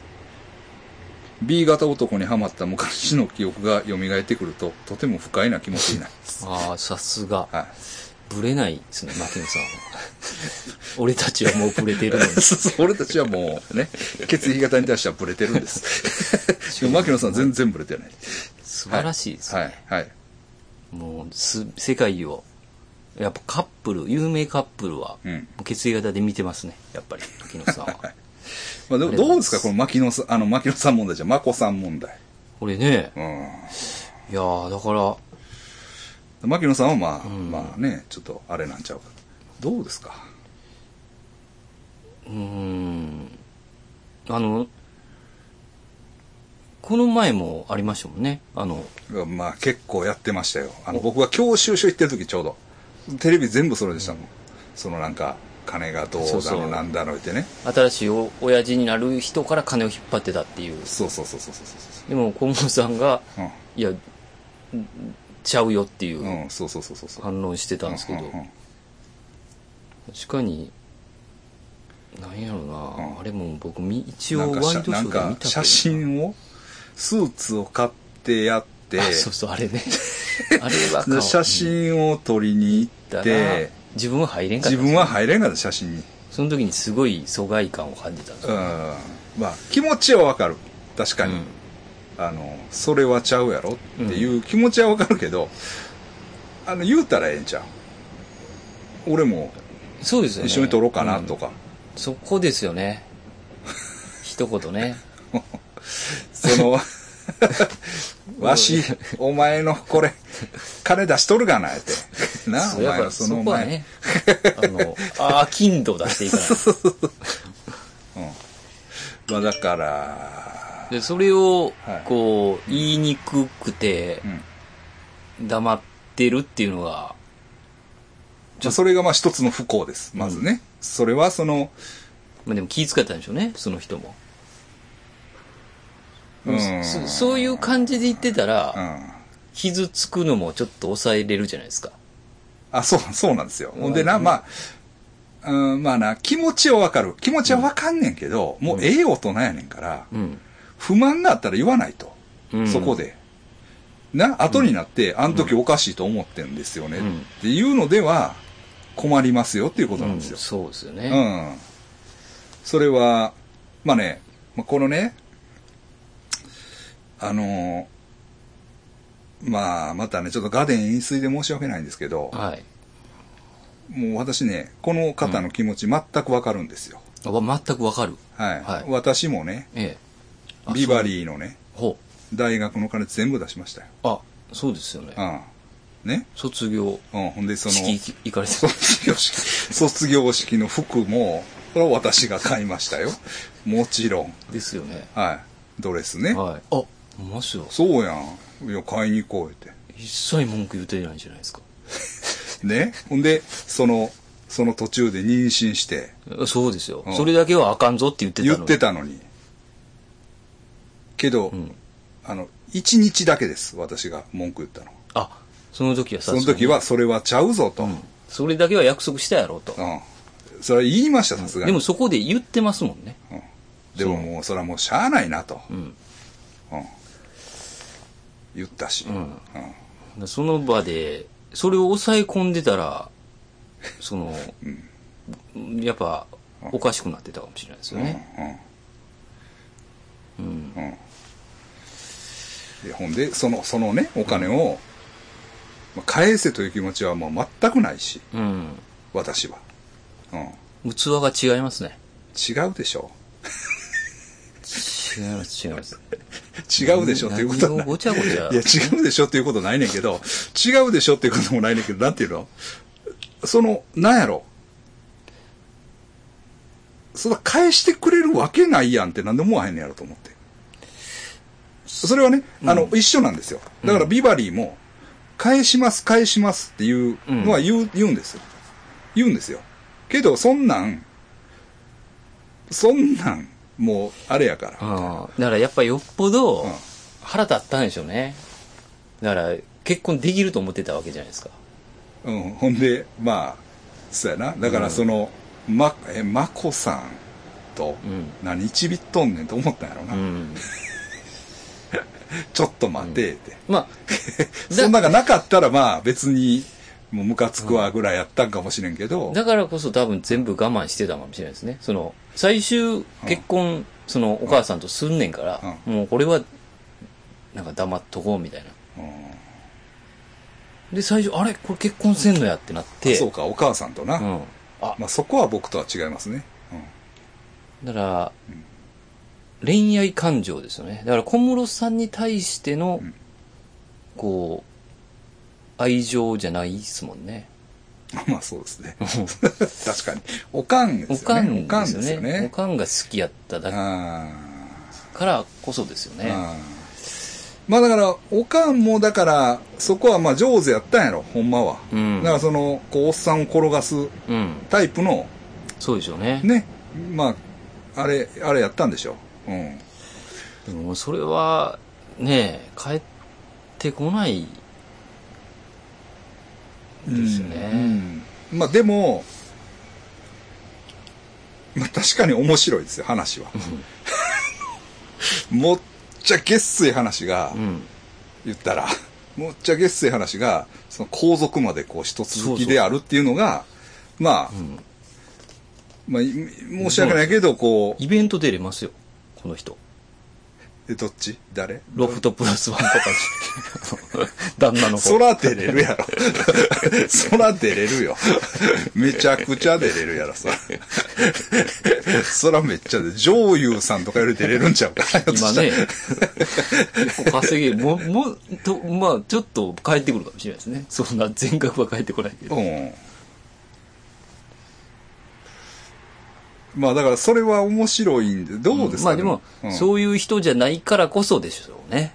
。B 型男にハマった昔の記憶が蘇ってくると、とても不快な気持ちになります。 ああ、さすが。はい。ブレないですね、牧野さんは。俺たちはもうブレてるのに。 俺たちはもうね、血液型に対してはブレてるんです。しかも牧野さん全然ブレてない。 素晴らしいですね。 はい。 もう、世界を、やっぱカップル、有名カップルは、血液型で見てますね、やっぱり、牧野さんは。 まあ、どうですかこの牧野さん問題じゃ、眞子さん問題。 これね、いやー、だから、 牧野さんはまあね、ちょっとあれなんちゃうか。どうですか？ この前もありましたもんね。 まあ結構やってましたよ。僕が教習所行ってる時ちょうど。テレビ全部それでしたもん。そのなんか、金がどうだのなんだの言ってね。 新しい親父になる人から金を引っ張ってたっていう。 そう。 でも小室さんが、いや、ちゃうよっていう反論してたんですけど、確かに、なんやろな、あれも僕一応ワイドショーで見たけどなんか写真をスーツを買ってやってそうあれねあれは写真を撮りに行って自分は入れんかった写真にその時にすごい疎外感を感じたんですよ、 まあ気持ちはわかる確かに、それはちゃうやろっていう気持ちはわかるけど、言うたらええんちゃう俺もそうですよね一緒に撮ろうかなとか、 そこですよね一言ねわしお前のこれ金出しとるがなってなお前のその前ね金土出していかないまあだからでそれをこう、言いにくくて黙ってるっていうのがそれがまあ一つの不幸ですまずね、それはまあでも気遣ったんでしょうねその人も、そういう感じで言ってたら、傷つくのもちょっと抑えれるじゃないですか。 そうなんですよ。ほんでな、まあな、気持ちはわかる。気持ちはわかんねんけど、もうええ大人やねんから、不満があったら言わないと。そこで。後になって、あの時おかしいと思ってんですよね。っていうのでは、困りますよっていうことなんですよ。 そうですよね。 それは、まあね、このね、またね、ちょっと画伝飲水で申し訳ないんですけど、もう私ね、この方の気持ち全くわかるんですよ。 全くわかる。 私もね、ビバリーのね、大学の金全部出しましたよ。 そうですよね。 ね。 卒業ほんで式行かれて卒業式の服も、 それは私が買いましたよ。もちろん。 ですよね。 はい。ドレスね。 はい。あ、ましよ。 そうやん。いや、買いに行こうって。 一切文句言ってないんじゃないですか。 ね。ほんで、その途中で妊娠して。 そうですよ。それだけはあかんぞって言ってたのに。 言ってたのに。けど、1日だけです。私が文句言ったの。 あ、その時はその時は、それはちゃうぞと。 それだけは約束したやろと。 それは言いました、さすがに。 でもそこで言ってますもんね。 でももう、それはもうしゃあないなと。言ったし。 その場で、それを抑え込んでたら、やっぱ、おかしくなってたかもしれないですよね。 ほんで、そのね、お金を、返せという気持ちはもう全くないし。私は。 器が違いますね。 違うでしょ。 違います。 違うでしょっていうことはない。 ごちゃごちゃ。 いや、違うでしょっていうことないねんけど、違うでしょっていうこともないねんけど、なんていうのなんやろ。返してくれるわけないやんってなんで思わへんねやろと思って。それはね、一緒なんですよ。だからビバリーも、返しますっていうのは言うんですよ。言うんですよ。けど、そんなん、もう、あれやから。 だからやっぱよっぽど、腹立ったんでしょうね。だから、結婚できると思ってたわけじゃないですか。 ほんで、まあ、そうやな。だからまこさんと、何ちびっとんねんと思ったんやろな。ちょっと待てって。そんながなかったらまあ別に、もうムカつくわぐらいやったんかもしれんけど。 だからこそ多分全部我慢してたかもしれないですね。最終結婚、お母さんとすんねんから、もうこれは、なんか黙っとこうみたいな。で、最初、あれこれ結婚せんのやってなって。 そうか、お母さんとな。まあそこは僕とは違いますね。 だから、恋愛感情ですよね。だから小室さんに対しての、愛情じゃないですもんね。 まあそうですね。確かに。おかんですよね。 おかんですよね。おかんが好きやっただけからこそですよね。 まあだから、おかんもだから、そこはまあ上手やったんやろ、ほんまは。だからおっさんを転がすタイプの、 そうでしょうね。 ね。まあ、あれやったんでしょ。 でもそれは、ね、帰ってこないですよね。 まあでも、まあ確かに面白いですよ、話は。もっちゃげっすい話が、言ったら、もっちゃげっすい話が、皇族まで一続きであるっていうのが、まあ、まあ、申し訳ないけど、 イベント出れますよ、この人。 どっち誰ロフトプラスワンとか旦那の方。 そら出れるやろ。そら出れるよ。めちゃくちゃ出れるやろ、さ。そらめっちゃ上優さんとかより出れるんちゃうか。 今ね、結構稼げる。まあ、ちょっと帰ってくるかもしれないですね。そんな全額は帰ってこないけど。 まあだからそれは面白いんで、どうですかね。 まあでも、そういう人じゃないからこそでしょうね。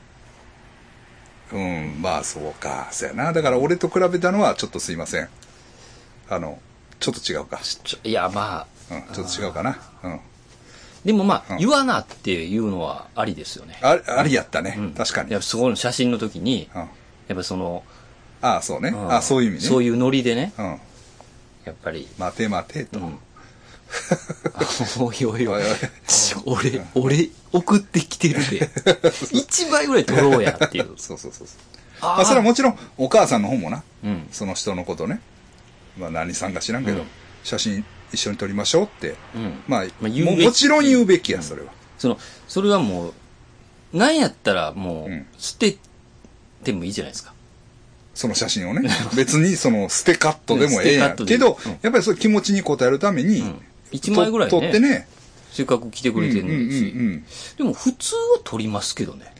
まあそうか。そうやな。だから俺と比べたのはちょっとすいません。ちょっと違うか。 いや、まあ。ちょっと違うかな。 でもまあ、言わなっていうのはありですよね。 ありやったね。確かに。 いや、そこの写真の時に、やっぱそうね。そういう意味ね。 そういうノリでね。やっぱり。 待て待てと。 おいおいおい。俺、送ってきてるで。1倍ぐらい取ろうやっていう。 そう。まあ、それはもちろん、お母さんの方もな、その人のことね、まあ何さんか知らんけど、写真一緒に撮りましょうって、まあ、もちろん言うべきや、それは。 それはもう、なんやったらもう、捨ててもいいじゃないですか。 その写真をね。別に捨てカットでもええやん。けど、やっぱりそういう気持ちに応えるために、 1枚ぐらいね。 撮ってね。 せっかく来てくれてるのにし。でも普通は撮りますけどね。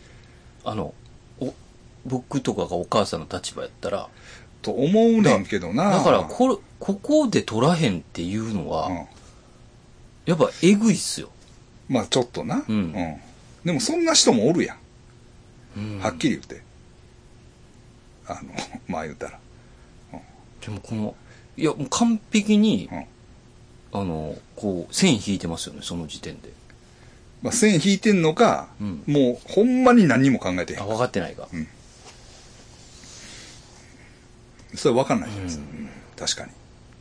僕とかがお母さんの立場やったら。 と思うねんけどな。 だからここで撮らへんっていうのは、 やっぱえぐいっすよ。 まあちょっとな。 うん。 でもそんな人もおるやん。 うん、 はっきり言って。まあ言うたら。 でもいや、もう完璧に、こう、線引いてますよね、その時点で。 まあ線引いてんのか、もうほんまに何にも考えてへん。 分かってないか。 それは分かんないじゃないですか。確かに。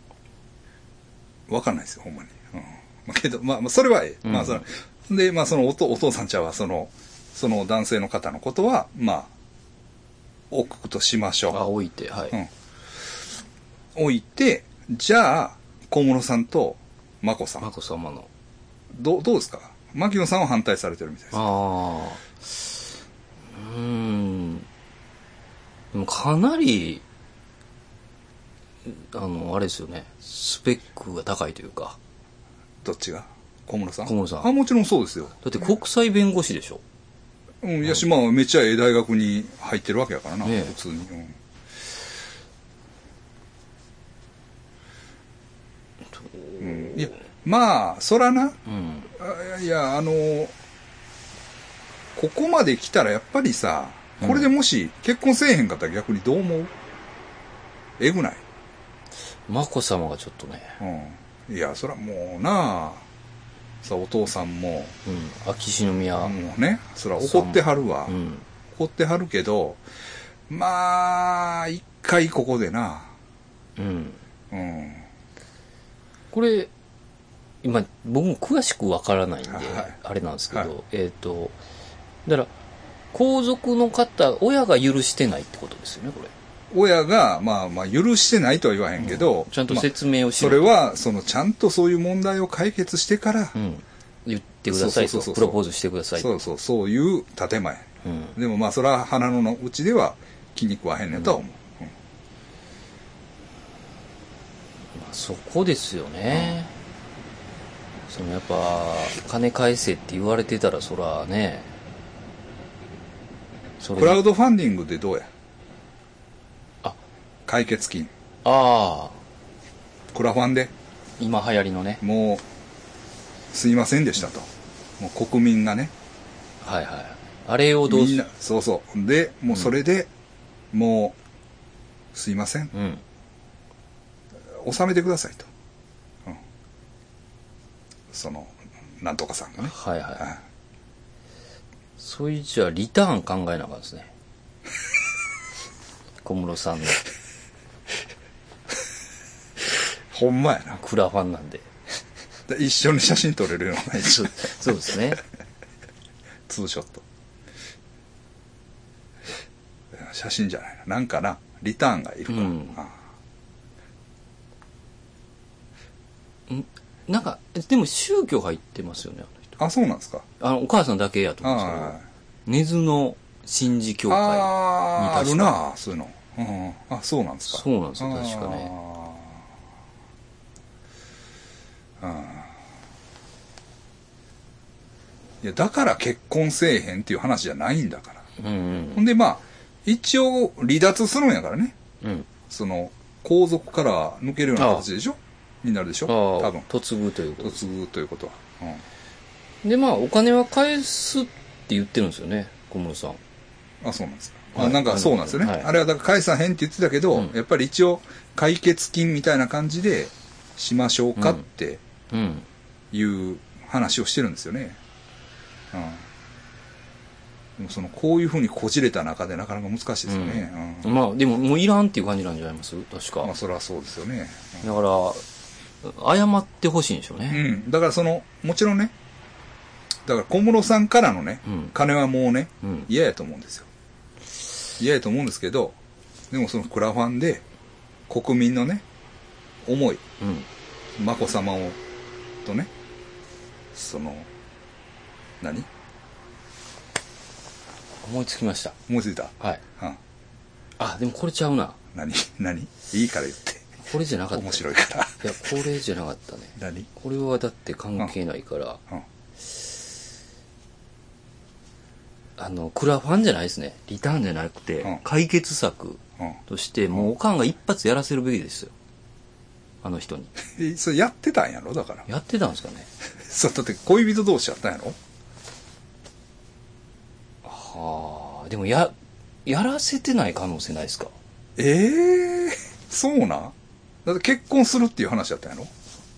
分かんないですよ、ほんまに。まあけど、まあそれはまあで、まあそのお父さんちゃんはその男性の方のことは、まあ、置くとしましょう。 置いて、はい。 置いて、じゃあ、小室さんと眞子さん。 眞子さまの。 どうですか？牧野さんは反対されてるみたいです。 でもかなり、あれですよね。スペックが高いというか。 どっちが？小室さん？ 小室さん。 もちろんそうですよ。 だって国際弁護士でしょ。 いやし、まあ、めっちゃええ大学に入ってるわけやからな、普通に。いや、まあ、そらな、いや、ここまで来たらやっぱりさ、これでもし結婚せえへんかったら逆にどう思う？えぐない？ 眞子さまがちょっとね。 いや、そらもうな、さ、お父さんも、 秋篠宮。 もうね、そら怒ってはるわ。怒ってはるけど、まあ、一回ここでな。 これ、今、僕も詳しくわからないんで、あれなんですけど、だから、皇族の方、親が許してないってことですよね、これ。 親が、まあ、許してないとは言わへんけど、 ちゃんと説明をしろ。それは、ちゃんとそういう問題を解決してから、 言ってくださいと、プロポーズしてください。 そういう建前。でもまあ、それは鼻の内では気に食わへんねんとは思う。 そこですよね。やっぱ、金返せって言われてたら、そらね。 クラウドファンディングでどうや？解決金。クラファンで。 今流行りのね。 もう、すいませんでしたと。もう国民がね。 はいはい。あれをどうみんな、そうそう。で、もうそれで、もう、すいません。収めてくださいと。なんとかさんがね。 はいはい。そういうじゃあリターン考えなあかんですね。小室さんの。 ほんまやな。 クラファンなんで。 一緒に写真撮れるようなそうですね。 ツーショット。写真じゃないな。なんかな、リターンがいるから。 なんか、でも宗教入ってますよね、あの人。 そうなんですか。 お母さんだけやと思うんですけど、根津の神事協会にあるな、そういうの。そうなんですか。 そうなんですよ、確かね。 いや、だから結婚せえへんっていう話じゃないんだから。ほんで、まあ、一応離脱するんやからね。皇族から抜けるような形でしょになるでしょ多分。 嫁ぐということ。 嫁ぐということは。 で、まあ、お金は返すって言ってるんですよね、小室さん。 そうなんですか。なんかそうなんですよね。あれはだから返さへんって言ってたけど、やっぱり一応解決金みたいな感じでしましょうかっていう話をしてるんですよね。でもこういうふうにこじれた中でなかなか難しいですよね。 まあ、でももういらんっていう感じなんじゃないます確か。 まあ、それはそうですよね。 だから、謝ってほしいんでしょうね。 だからもちろんね、だから小室さんからのね、金はもうね、嫌やと思うんですよ。嫌やと思うんですけど、でもクラファンで国民のね、思い、眞子さまとね、何？ 思いつきました。 思いついた？ はい。でもこれちゃうな。 何いいから言って。 これじゃなかった。 面白いから。 いや、これじゃなかったね。 何？ これはだって関係ないから。クラファンじゃないですね。リターンじゃなくて、解決策として、もうおかんが一発やらせるべきですよ。 あの人に。 それやってたんやろだから。 やってたんですかね。 そう、だって恋人同士やったんやろ。 はあ、でもやらせてない可能性ないですか。 そうなん。だって結婚するっていう話やったんやろ。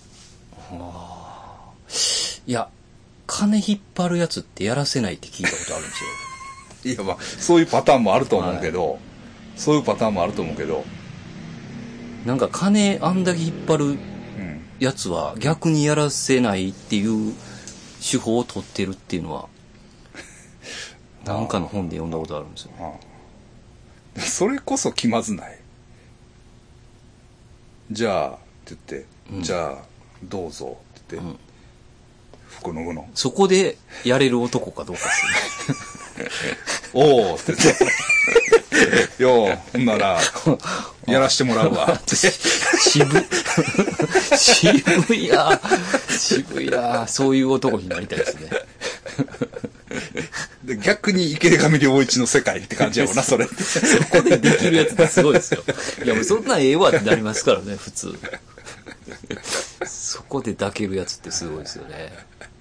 はあ、いや、金引っ張るやつってやらせないって聞いたことあるんですよ。 いや、まあ、そういうパターンもあると思うけど、そういうパターンもあると思うけど。 なんか金あんだけ引っ張るやつは逆にやらせないっていう手法を取ってるっていうのは、なんかの本で読んだことあるんですよ。 それこそ気まずない。じゃあ、って言って、じゃあ、どうぞって言って、服脱ぐの。 そこでやれる男かどうかですね。 おーって言って、よー、ほんなら、やらしてもらうわ。渋いな。渋いな。そういう男になりたいですね。 で逆に池上良一の世界って感じやもんな、それ。 そこでできるやつってすごいですよ。いやもうそんなんええわってなりますからね、普通。そこで抱けるやつってすごいですよね。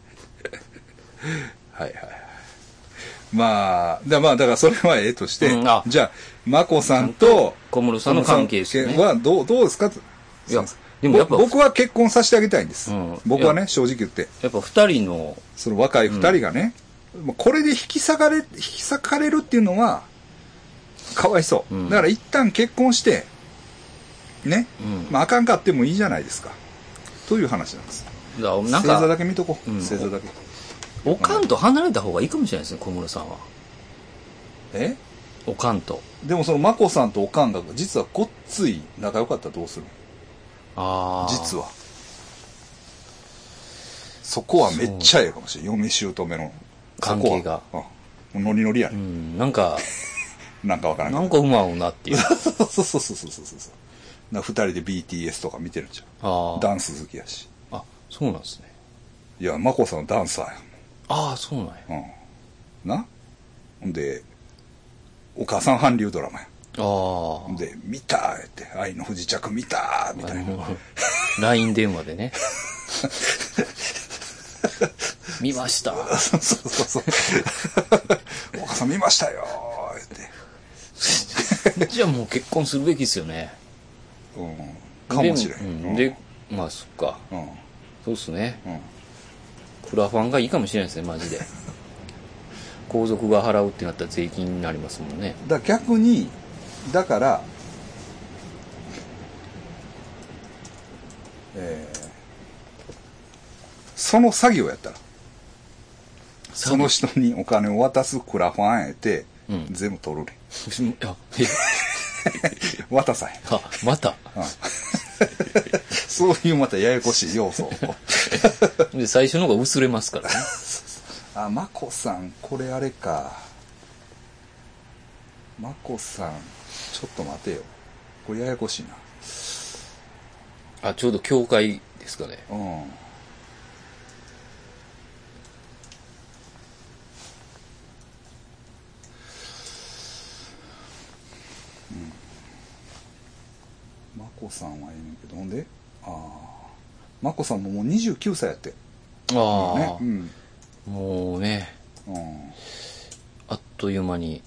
はいはい。まあ、だからそれはええとして、じゃあ、眞子さんと小室さんの関係ですね。 はどうですか。 いや、でもやっぱ僕は結婚させてあげたいんです。僕はね、正直言って。 やっぱ二人の、 その若い二人がね、これで引き裂かれるっていうのは、かわいそう。だから一旦結婚して、ね、まああかんかってもいいじゃないですか。という話なんです。 なんか星座だけ見とこう。星座だけ。 おかんと離れた方がいいかもしれないですね、小室さんは。おかんと。 でもその眞子さんとおかんが実はごっつい仲良かったらどうする？実は。そこはめっちゃええかもしれん。嫁姑の関係が。 ノリノリやね。 なんかなんかわからんけど。 なんかうまうなっていう。 そう。二人で BTS とか見てるんじゃん。ダンス好きやし。 あ、そうなんですね。 いや、眞子さんダンサーやもん。そうなんや。 な？ほんで、お母さん韓流ドラマや。で、見たって、愛の不時着見たみたいな。 LINE 電話でね。見ました。 そう。お母さん見ましたよって。じゃあもう結婚するべきですよね。 かもしれん。 で、まあそっか。そうっすね。クラファンがいいかもしれないですね、マジで。皇族が払うってなったら税金になりますもんね。 逆に、だから、その作業やったら、その人にお金を渡すクラファンやて、全部取るね。渡さへん。 また。 そういうまたややこしい要素。 で、最初の方が薄れますからね。 眞子さん、これあれか。眞子さん、ちょっと待てよ。これややこしいな。ちょうど教会ですかね。 眞子さんはええねんけど、ほんで、眞子さんももう29歳やって。 もうね、あっという間に。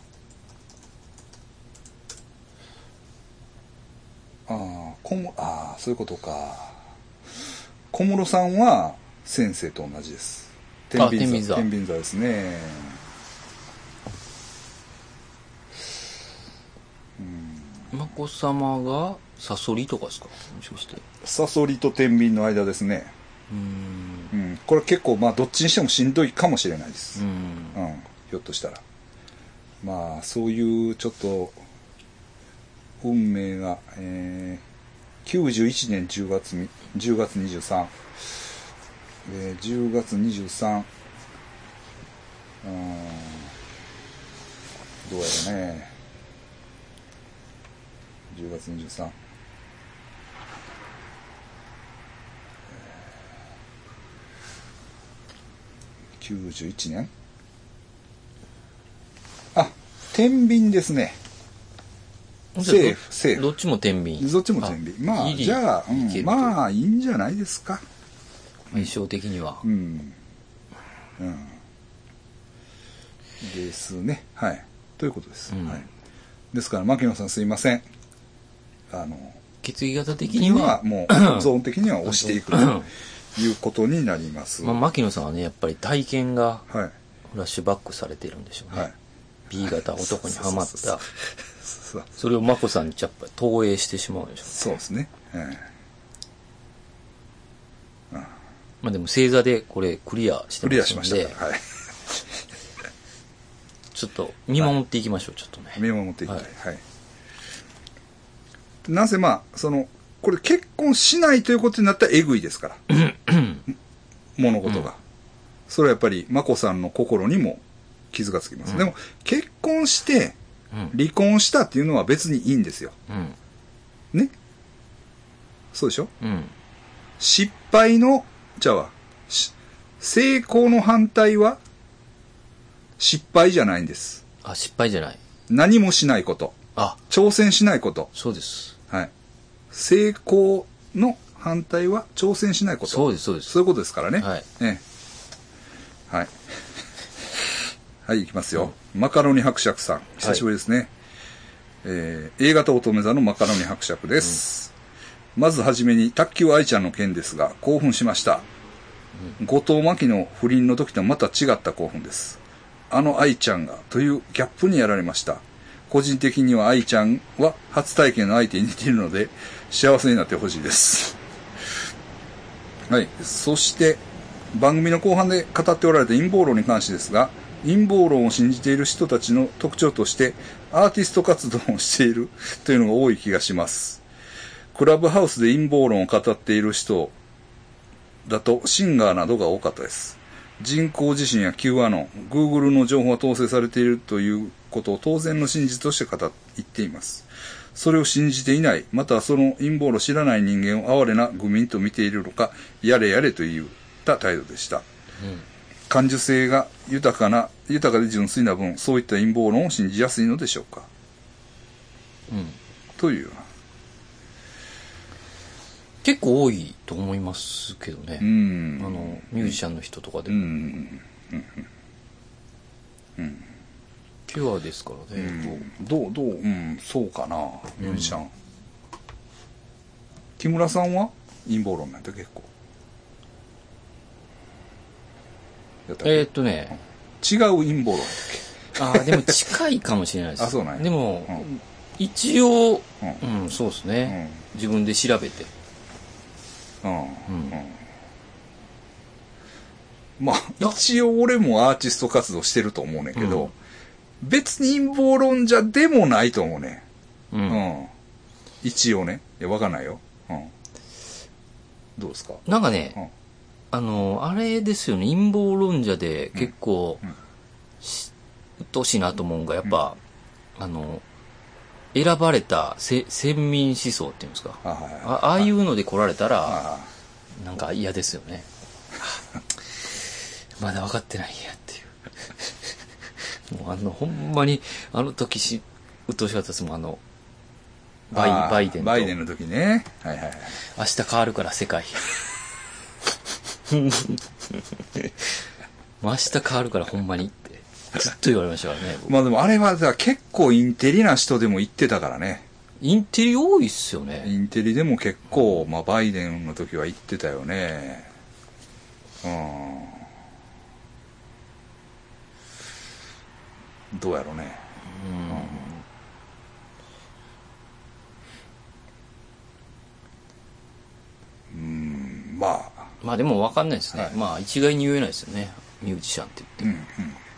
そういうことか。小室さんは先生と同じです。天秤座ですね。眞子さまがサソリとかですか？もしかして。 サソリと天秤の間ですね。これ結構どっちにしてもしんどいかもしれないです。ひょっとしたら。そういうちょっと運命が、91年10月23、10月23、どうやらね、10月23、91年、天秤ですね。 セーフ。 どっちも天秤。 どっちも天秤。まあ、じゃあ、まあ、いいんじゃないですか。 相性的には。 ですね。はい。ということです。はい。ですから、牧野さんすいません。 血液型的には、 もう、ゾーン的には押していくということになります。 牧野さんはね、やっぱり体験が、フラッシュバックされてるんでしょうね。はい。B 型男にはまった。それを眞子さんにやっぱり投影してしまうんでしょうね。 そうですね。 まあでも星座でこれクリアしてますので。クリアしました。はい。ちょっと見守っていきましょう、ちょっとね。 見守っていきたい。はい。なぜまあ、これ結婚しないということになったらえぐいですから。物事が。それはやっぱり眞子さんの心にも傷がつきます。でも、結婚して、離婚したっていうのは別にいいんですよ。ね。そうでしょ。失敗の、成功の反対は失敗じゃないんです。 失敗じゃない。 何もしないこと。挑戦しないこと。 そうです。 はい。成功の反対は挑戦しないこと。 そうです、そうです。 そういうことですからね。 はい。 はい。はい、いきますよ。マカロニ伯爵さん。久しぶりですね。A 型乙女座のマカロニ伯爵です。まずはじめに、卓球愛ちゃんの件ですが、興奮しました。後藤真希の不倫の時とはまた違った興奮です。愛ちゃんがというギャップにやられました。個人的には愛ちゃんは初体験の相手に似ているので、幸せになってほしいです。はい。そして、番組の後半で語っておられた陰謀論に関してですが、陰謀論を信じている人たちの特徴として、アーティスト活動をしているというのが多い気がします。クラブハウスで陰謀論を語っている人だと、シンガーなどが多かったです。人工地震や Q アノン、Google の情報が統制されているということを当然の真実として言っています。それを信じていない、またはその陰謀論を知らない人間を哀れな愚民と見ているのか、やれやれと言った態度でした。感受性が豊かで純粋な分、そういった陰謀論を信じやすいのでしょうか。というような。 結構多いと思いますけどね。ミュージシャンの人とかでも。ピュアですからね。 そうかな、ミュージシャン。木村さんは陰謀論なんて結構。違う陰謀論だっけ。でも近いかもしれないです。 そうなんや。 でも、一応、そうですね。自分で調べて。 まあ、一応俺もアーティスト活動してると思うねんけど、別に陰謀論者でもないと思うね。一応ね。わかんないよ。どうですか？ なんかね、あれですよね、陰謀論者で結構、うっとうしいなと思うのが、やっぱ、選ばれた先民思想っていうんですか。ああいうので来られたら、なんか嫌ですよね。まだ分かってないんやっていう。もうほんまに、時うっとうしかったですもん、バイデンと。 バイデンの時ね。 明日変わるから世界。明日変わるからほんまにってずっと言われましたからね。 まあでもあれは結構インテリな人でも言ってたからね。 インテリ多いっすよね。 インテリでも結構、バイデンの時は言ってたよね。どうやろうね。 まあでも分かんないですね。まあ一概に言えないですよね。ミュージシャンって言っても。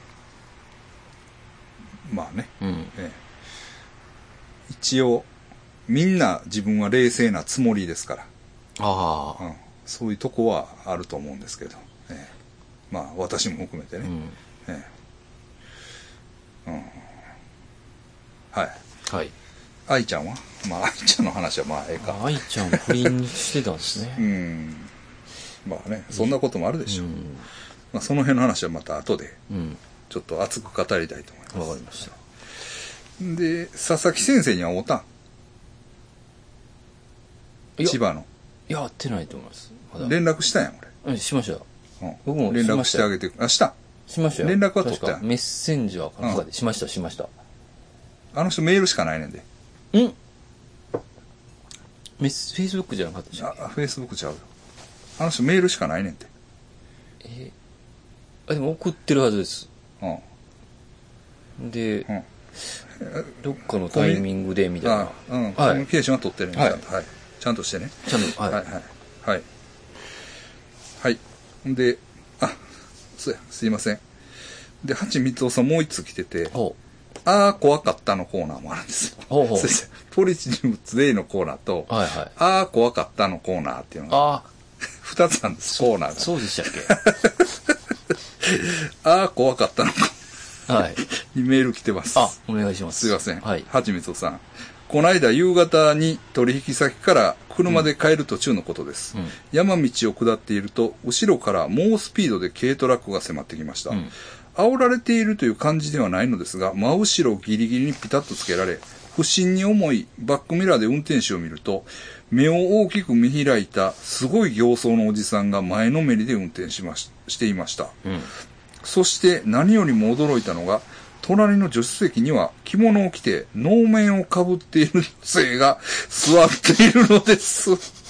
まあね。一応、みんな自分は冷静なつもりですから。そういうとこはあると思うんですけど。まあ私も含めてね。はい。愛ちゃんは愛ちゃんの話はええか。 愛ちゃんは不倫してたんですね。 まあね、そんなこともあるでしょう。その辺の話はまた後で、ちょっと熱く語りたいと思います。 わかりました。 で、佐々木先生には会うたん？ 千葉の。 いや、会ってないと思います。 まだ連絡したんやん、 俺。しましたよ。 僕も連絡してあげて。あ、した。 しましたよ。 連絡は取ったやん。 メッセンジャーかなんかで、しました。 あの人メールしかないねんで。 フェイスブックじゃなかったでしょ。 フェイスブックちゃうよ。あの人メールしかないねんて。 でも送ってるはずです。で、どっかのタイミングでみたいな。 コミュニケーションは取ってるんです。はい。ちゃんとしてね。 ちゃんと、はい。 はい。で、そうや、すいません。で、ハチミツオさんもう一つ来てて、怖かったのコーナーもあるんですよ。ポリチ人物 A のコーナーと、怖かったのコーナーっていうのが、二つなんです、コーナーが。 そうでしたっけ怖かったのコーナー。にメール来てます。 お願いします。 すいません。ハチミツオさん。この間夕方に取引先から車で帰る途中のことです。山道を下っていると、後ろから猛スピードで軽トラックが迫ってきました。煽られているという感じではないのですが、真後ろギリギリにピタッとつけられ、不審に思いバックミラーで運転手を見ると、目を大きく見開いたすごい形相のおじさんが前のめりで運転していました。そして何よりも驚いたのが、隣の助手席には着物を着て能面をかぶっている女性が座っているのです。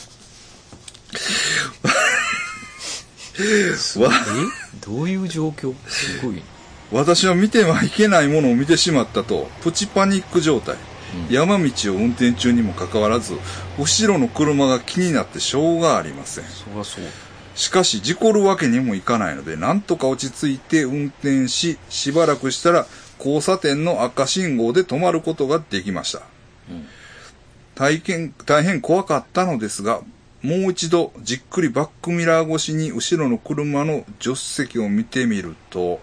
どういう状況？すごい。 私は見てはいけないものを見てしまったと、プチパニック状態。山道を運転中にもかかわらず、後ろの車が気になってしょうがありません。 そりゃそう。 しかし事故るわけにもいかないので、なんとか落ち着いて運転し、しばらくしたら交差点の赤信号で止まることができました。大変怖かったのですが、もう一度じっくりバックミラー越しに後ろの車の助手席を見てみると、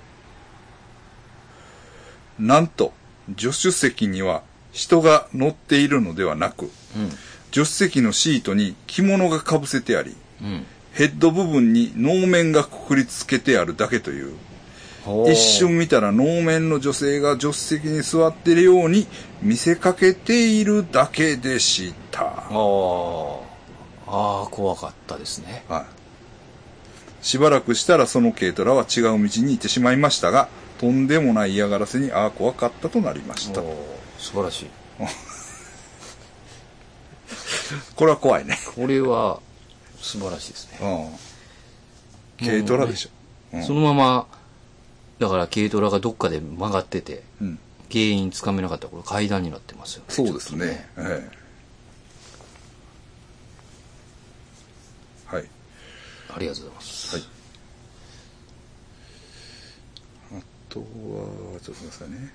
なんと助手席には人が乗っているのではなく、助手席のシートに着物がかぶせてあり、ヘッド部分に能面がくくりつけてあるだけという。一瞬見たら能面の女性が助手席に座っているように見せかけているだけでした。 怖かったですね。 しばらくしたらその軽トラは違う道に行ってしまいましたが、とんでもない嫌がらせに怖かったとなりました。 素晴らしい。 これは怖いね。 これは素晴らしいですね。 軽トラでしょ。 そのままだから軽トラがどっかで曲がってて、原因つかめなかったらこれ階段になってますよね。 そうですね。はい。 ありがとうございます。 はい。あとはちょっと待ってくださいね。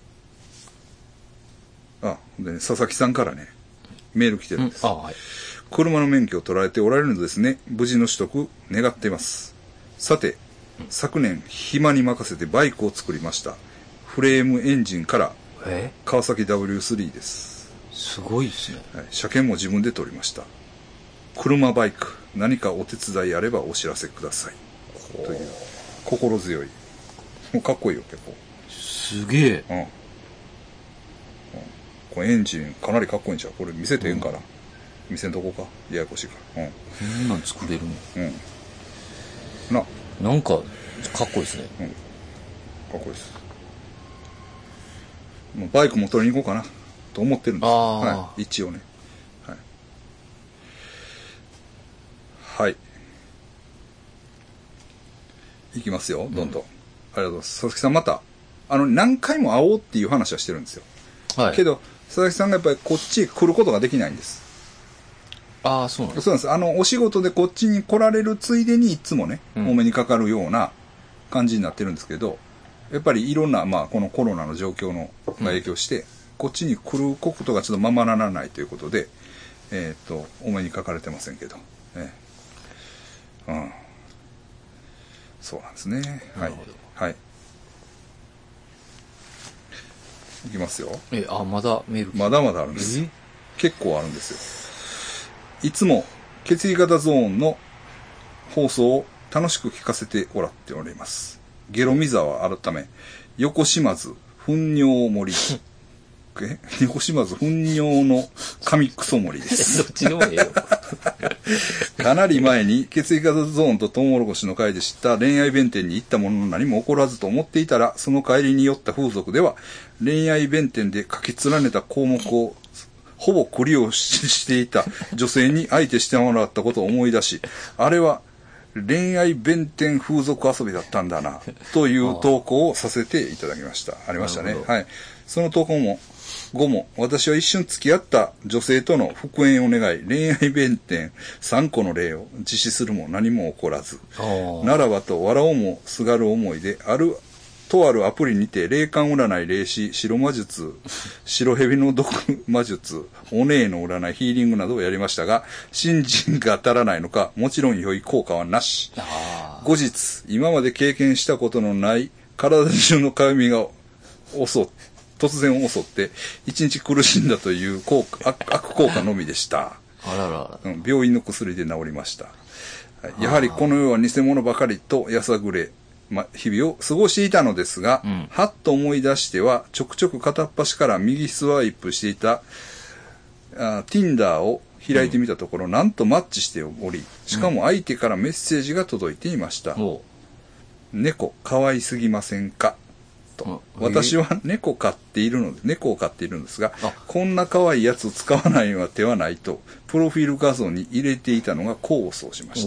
でね、佐々木さんからね、メール来てるんです。車の免許を取られておられるのですね。無事の取得願っています。さて、昨年暇に任せてバイクを作りました。フレームエンジンから川崎 W3 です。 すごいですね。 車検も自分で取りました。車バイク何かお手伝いあればお知らせください。という心強い。もうかっこいいよ結構。 すげえ。 これエンジンかなりかっこいいんちゃう？これ見せてええんかな？見せんとこか？ややこしいから。 こんなん作れるの？なんかかっこいいですね。 かっこいいです。もうバイクも取りに行こうかなと思ってるんです。一応ね。はい。いきますよ、どんどん。ありがとうございます。佐々木さんまた、何回も会おうっていう話はしてるんですよ。けど、佐々木さんがやっぱりこっちへ来ることができないんです。 そうなんです。 そうなんです。お仕事でこっちに来られるついでにいつもね、お目にかかるような感じになってるんですけど、やっぱりいろんな、このコロナの状況の影響して、こっちに来ることがちょっとままならないということで、お目にかかれてませんけど、そうなんですね。はい。いきますよ。 まだメール。 まだまだあるんです。結構あるんですよ。いつも血液型ゾーンの放送を楽しく聞かせてもらっております。ゲロミ沢改め横島津糞尿森猫島津糞尿の神クソ森です。 どっちでもええよ。 かなり前に血液型ゾーンとトウモロコシの会で知った恋愛弁天に行ったものの何も起こらずと思っていたら、その帰りに寄った風俗では、恋愛弁天で書き連ねた項目をほぼクリをしていた女性に相手してもらったことを思い出し、あれは恋愛弁天風俗遊びだったんだな、という投稿をさせていただきました。ありましたね。はい。その投稿後も、私は一瞬付き合った女性との復縁を願い、恋愛弁天3個の例を実施するも何も起こらず、ならばと笑おうもすがる思いで、とあるアプリにて霊感占い、霊視、白魔術、白蛇の毒魔術、お姉の占い、ヒーリングなどをやりましたが、信心が足らないのか、もちろん良い効果はなし。後日、今まで経験したことのない体中のかゆみが突然襲って、一日苦しんだという悪効果のみでした。病院の薬で治りました。やはりこの世は偽物ばかりとやさぐれ、日々を過ごしていたのですが、はっと思い出しては、ちょくちょく片っ端から右スワイプしていた、Tinder を開いてみたところ、なんとマッチしており、しかも相手からメッセージが届いていました。猫、可愛すぎませんかと。私は猫を飼っているんですが、こんな可愛いやつを使わないのは手はないと、プロフィール画像に入れていたのが功を奏しました。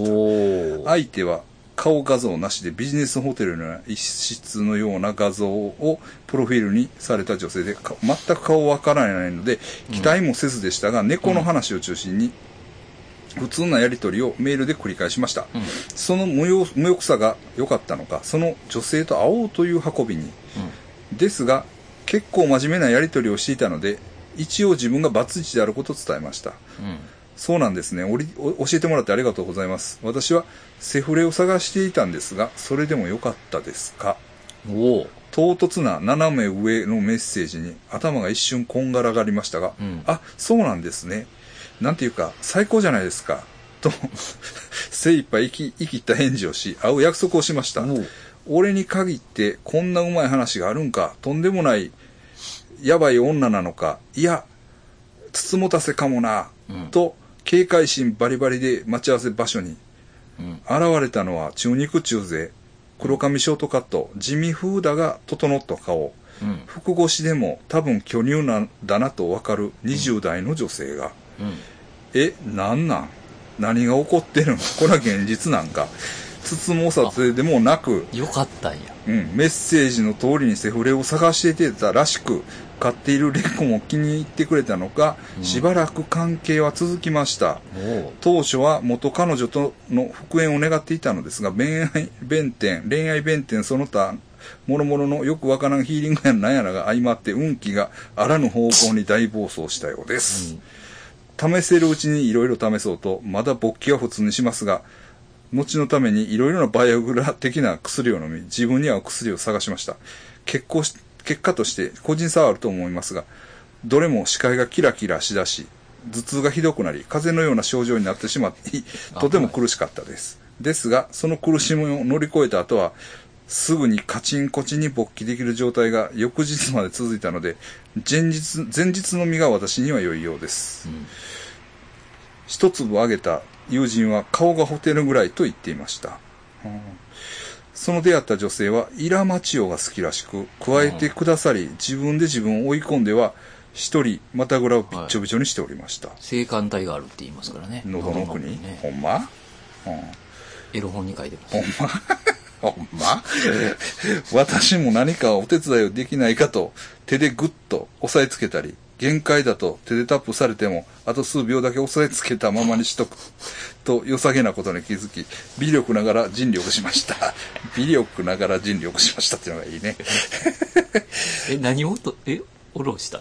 相手は、顔画像なしでビジネスホテルの一室のような画像をプロフィールにされた女性で、全く顔わからないので期待もせずでしたが、猫の話を中心に普通なやり取りをメールで繰り返しました。その無欲さが良かったのか、その女性と会おうという運びに、ですが結構真面目なやり取りをしていたので、一応自分がバツイチであることを伝えました。そうなんですね。教えてもらってありがとうございます。私はセフレを探していたんですが、それでもよかったですか？唐突な斜め上のメッセージに頭が一瞬こんがらがりましたが、あ、そうなんですね。なんていうか、最高じゃないですか。と、精一杯生きった返事をし、会う約束をしました。俺に限ってこんなうまい話があるんか、とんでもないやばい女なのか、いや、つつもたせかもな、と、警戒心バリバリで待ち合わせ場所に、現れたのは中肉中背、黒髪ショートカット、地味風だが整った顔、服越しでも多分巨乳なんだなとわかる20代の女性が、なん何が起こってるの？これは現実なんか。つつもさせでもなく、 よかったんや。 メッセージの通りにセフレを探していたらしく、飼っている猫も気に入ってくれたのか、しばらく関係は続きました。当初は元彼女との復縁を願っていたのですが、恋愛弁天その他、もろもろのよくわからんヒーリングやなんやらが相まって運気があらぬ方向に大暴走したようです。試せるうちにいろいろ試そうと、まだ勃起は普通にしますが、後のためにいろいろなバイオグラ的な薬を飲み、自分に合う薬を探しました。結果として個人差はあると思いますが、どれも視界がキラキラしだし、頭痛がひどくなり、風邪のような症状になってしまい、とても苦しかったです。ですが、その苦しみを乗り越えた後は、すぐにカチンコチンに勃起できる状態が翌日まで続いたので、前日のみが私には良いようです。一粒あげた友人は顔がホテルぐらいと言っていました。その出会った女性はイラマチオが好きらしく、加えてくださり、自分で自分を追い込んでは、一人、またぐらをびっちょびちょにしておりました。 性感帯があるって言いますからね。 喉の奥に、ほんま、 エロ本に書いてます。 ほんま私も何かお手伝いをできないかと、手でぐっと押さえつけたり、限界だと手でタップされても、あと数秒だけ押さえつけたままにしとくと良さげなことに気づき、微力ながら尽力しました。微力ながら尽力しましたっていうのがいいね。 何を下ろしたって？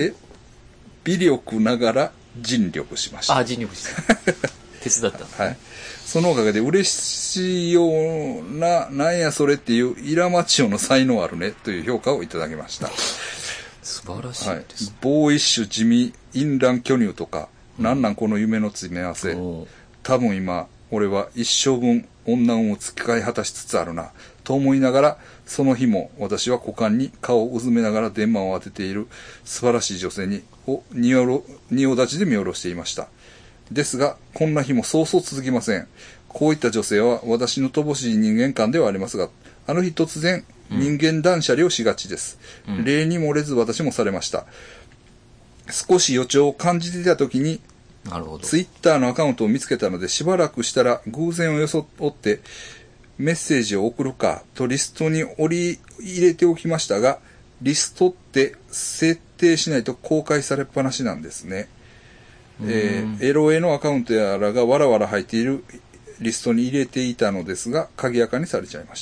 微力ながら尽力しました。 尽力した。手伝った。 はい。そのおかげで嬉しいような、なんやそれっていうイラマチオの才能あるねという評価をいただきました。 素晴らしいです。 ボーイッシュ地味、淫乱巨乳とか、なんこの夢の詰め合わせ。多分今、俺は一生分女運を使い果たしつつあるな、と思いながら、その日も私は股間に顔をうずめながら電話を当てている素晴らしい女性を仁王立ちで見下ろしていました。ですが、こんな日もそうそう続きません。こういった女性は私の乏しい人間観ではありますが、あの日突然、人間断捨離をしがちです。例に漏れず私もされました。少し予兆を感じていたときに、ツイッターのアカウントを見つけたので、しばらくしたら偶然を装ってメッセージを送るかとリストに入れておきましたが、リストって設定しないと公開されっぱなしなんですね。エロエのアカウントやらがわらわら入っているリストに入れていたのですが、鍵垢にされちゃいました。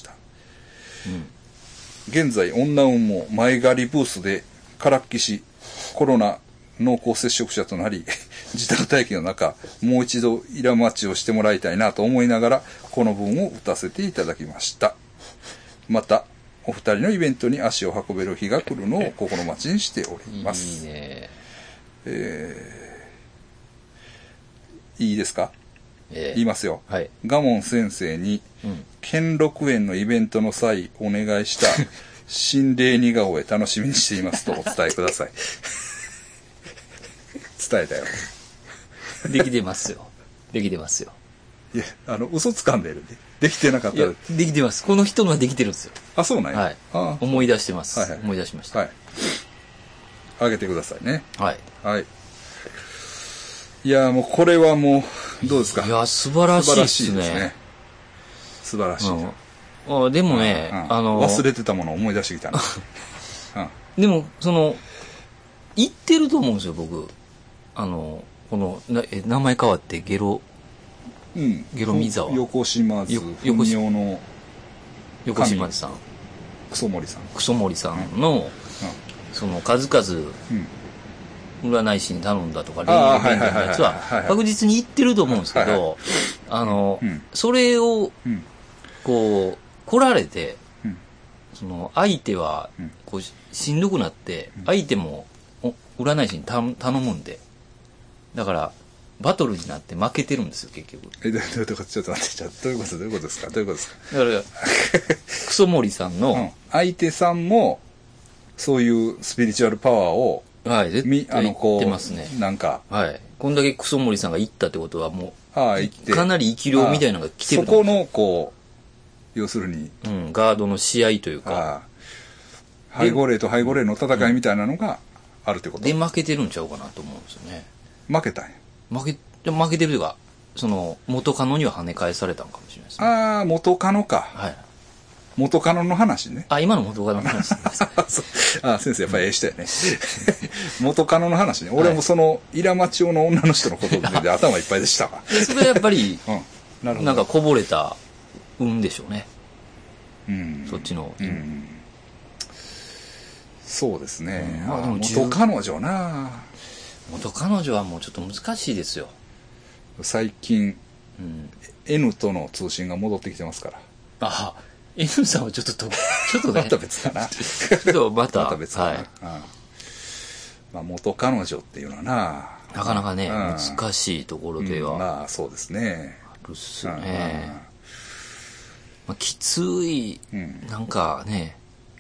現在、女運も前借りブースでからっきし、コロナ濃厚接触者となり、自宅待機の中、もう一度イラ待ちをしてもらいたいなと思いながら、この文を打たせていただきました。また、お二人のイベントに足を運べる日が来るのを心待ちにしております。 いいね。 いいですか？言いますよ。 はい。 ガモン先生に、兼六園のイベントの際お願いした心霊似顔絵楽しみにしていますとお伝えください。伝えたよ。 できてますよ。できてますよ。 いや、嘘つかんでるね。できてなかったら。 できてます。この人のはできてるんですよ。 あ、そうなんや。 はい。思い出してます。 はいはい、 思い出しました。 はい。あげてくださいね。 はい。 はい。いや、もうこれはもう、どうですか？ いや、素晴らしいですね。 素晴らしい。 でもね、 忘れてたものを思い出してきたね。 でも、言ってると思うんですよ、僕。この、名前変わってゲロミザワ。 横島津、本名の横島津さん。 クソモリさん。 クソモリさんの、数々、占い師に頼んだとか、恋愛イベントのやつは、確実に言ってると思うんですけど、それを、こう、来られて、相手は、こう、しんどくなって、相手も、占い師に頼むんで、だから、バトルになって負けてるんですよ、結局。 ちょっと待って、どういうことですか？だから、 クソモリさんの、 相手さんも、そういうスピリチュアルパワーを、 はい、絶対言ってますね。 なんか。 はい。こんだけクソモリさんが言ったってことはもう、 かなり生き量みたいなのが来てる。 そこの、要するに。 ガードの試合というか。 背後霊と背後霊の戦いみたいなのがあるってこと。 で、負けてるんちゃうかなと思うんですよね。 負けたんや。 負けてるというか、元カノには跳ね返されたんかもしれないですね。 元カノか。 はい。 元カノの話ね。 今の元カノの話ですね。先生やっぱりしたよね。元カノの話ね。俺もイラマチオの女の人のことで頭いっぱいでしたわ。 それはやっぱり、なんかこぼれた運でしょうね。そっちの。 そうですね。元彼女な。 元彼女はもうちょっと難しいですよ。 最近、N との通信が戻ってきてますから。 N さんはちょっとね。 また別かな。 また別かな。元彼女っていうのはな。 なかなかね、難しいところでは。 まあ、そうですね。 あるっすね。きつい、なんかね。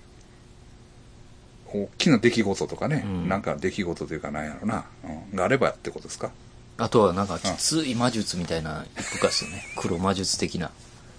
大きな出来事とかね。なんか出来事というかなんやろな。があればってことですか？ あとはなんかきつい魔術みたいな一個かっすよね。黒魔術的な。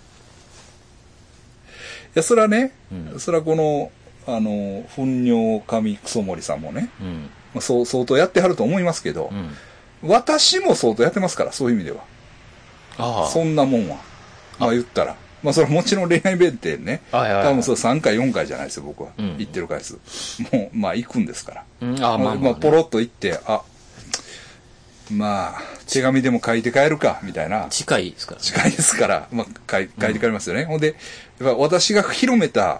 いや、それはね、それはこの、糞尿神クソモリさんもね、相当やってはると思いますけど、私も相当やってますから、そういう意味では。そんなもんは。言ったら。それはもちろん恋愛弁天ね。多分そう3回4回じゃないですよ、僕は。行ってる回数。もう、行くんですから。ポロッと行って、手紙でも書いて帰るか、みたいな。 近いですから。 近いですから、書いて帰りますよね。ほんで、やっぱ私が広めた、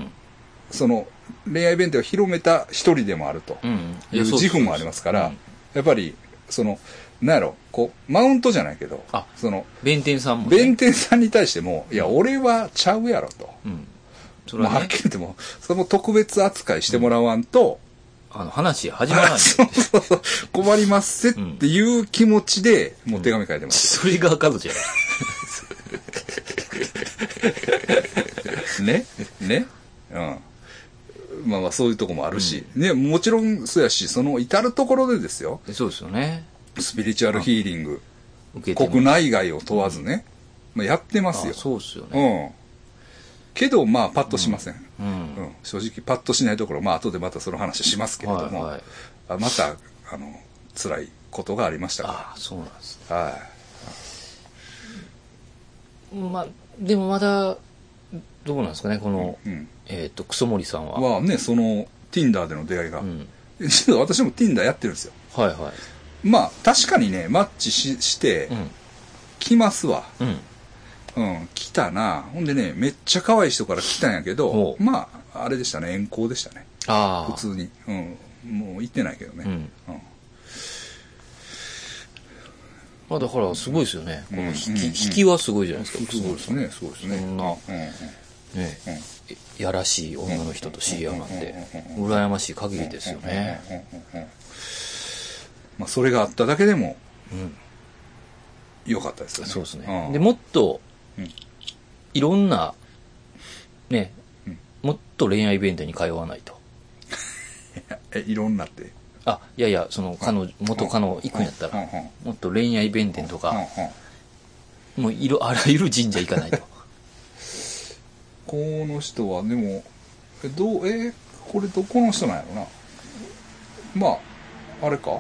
恋愛弁天を広めた一人でもあるという自負もありますから、やっぱり、なんやろ、マウントじゃないけど、 弁天さんも、 弁天さんに対しても、いや、俺はちゃうやろと。はっきり言っても、その特別扱いしてもらわんと、 話始まらない。 困りますっていう気持ちで、もう手紙書いてます。 それが彼女や。 ねうん。まあまあそういうとこもあるし、ね、もちろんそうやし、その至るところでですよ。 そうですよね。 スピリチュアルヒーリング、国内外を問わずね、まあ、やってますよ。 そうですよね。 けど、まあ、パッとしません。正直、パッとしないところ、まあ、後でまたその話しますけれども、また、辛いことがありましたから。 ああ、そうなんですね。はい。 まあ、でもまだ、どうなんですかね、この、クソモリさんは。 まあね、その、Tinder での出会いが。実は私も Tinder やってるんですよ。 はいはい。 まあ、確かにね、マッチして、来ますわ。来たな。ほんでね、めっちゃ可愛い人から来たんやけど、まあ、あれでしたね、遠行でしたね。普通に。もう行ってないけどね。 まあだからすごいですよね。この引きはすごいじゃないですか。 そうですね、そうですね。 そんな、やらしい女の人と知り合うなんて、羨ましい限りですよね。 まあそれがあっただけでも、良かったですよね。 そうですね。で、もっと、いろんな、ね、もっと恋愛弁天に通わないと。 いろんなって。 いやいや、その元カノ行くんやったら、もっと恋愛弁天とか、もうあらゆる神社行かないと。 この人は、でも、これどこの人なんやろな。まあ、あれか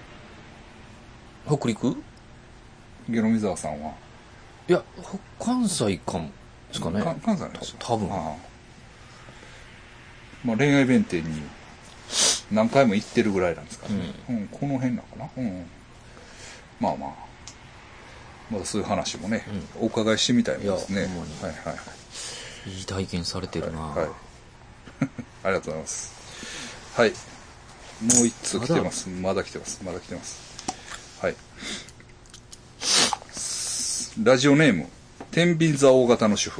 北陸ゲロミザワさんは。 いや、関西かもですかね。 関西の人多分。 まあ恋愛弁天に何回も行ってるぐらいなんですかね。この辺なのかな。まあまあ。まだそういう話もね、お伺いしてみたいですね。はいはい。 いい体験されてるな。 はい。ありがとうございます。はい。もう一通来てます。まだ来てます。はい。ラジオネーム、天秤座大型の主婦。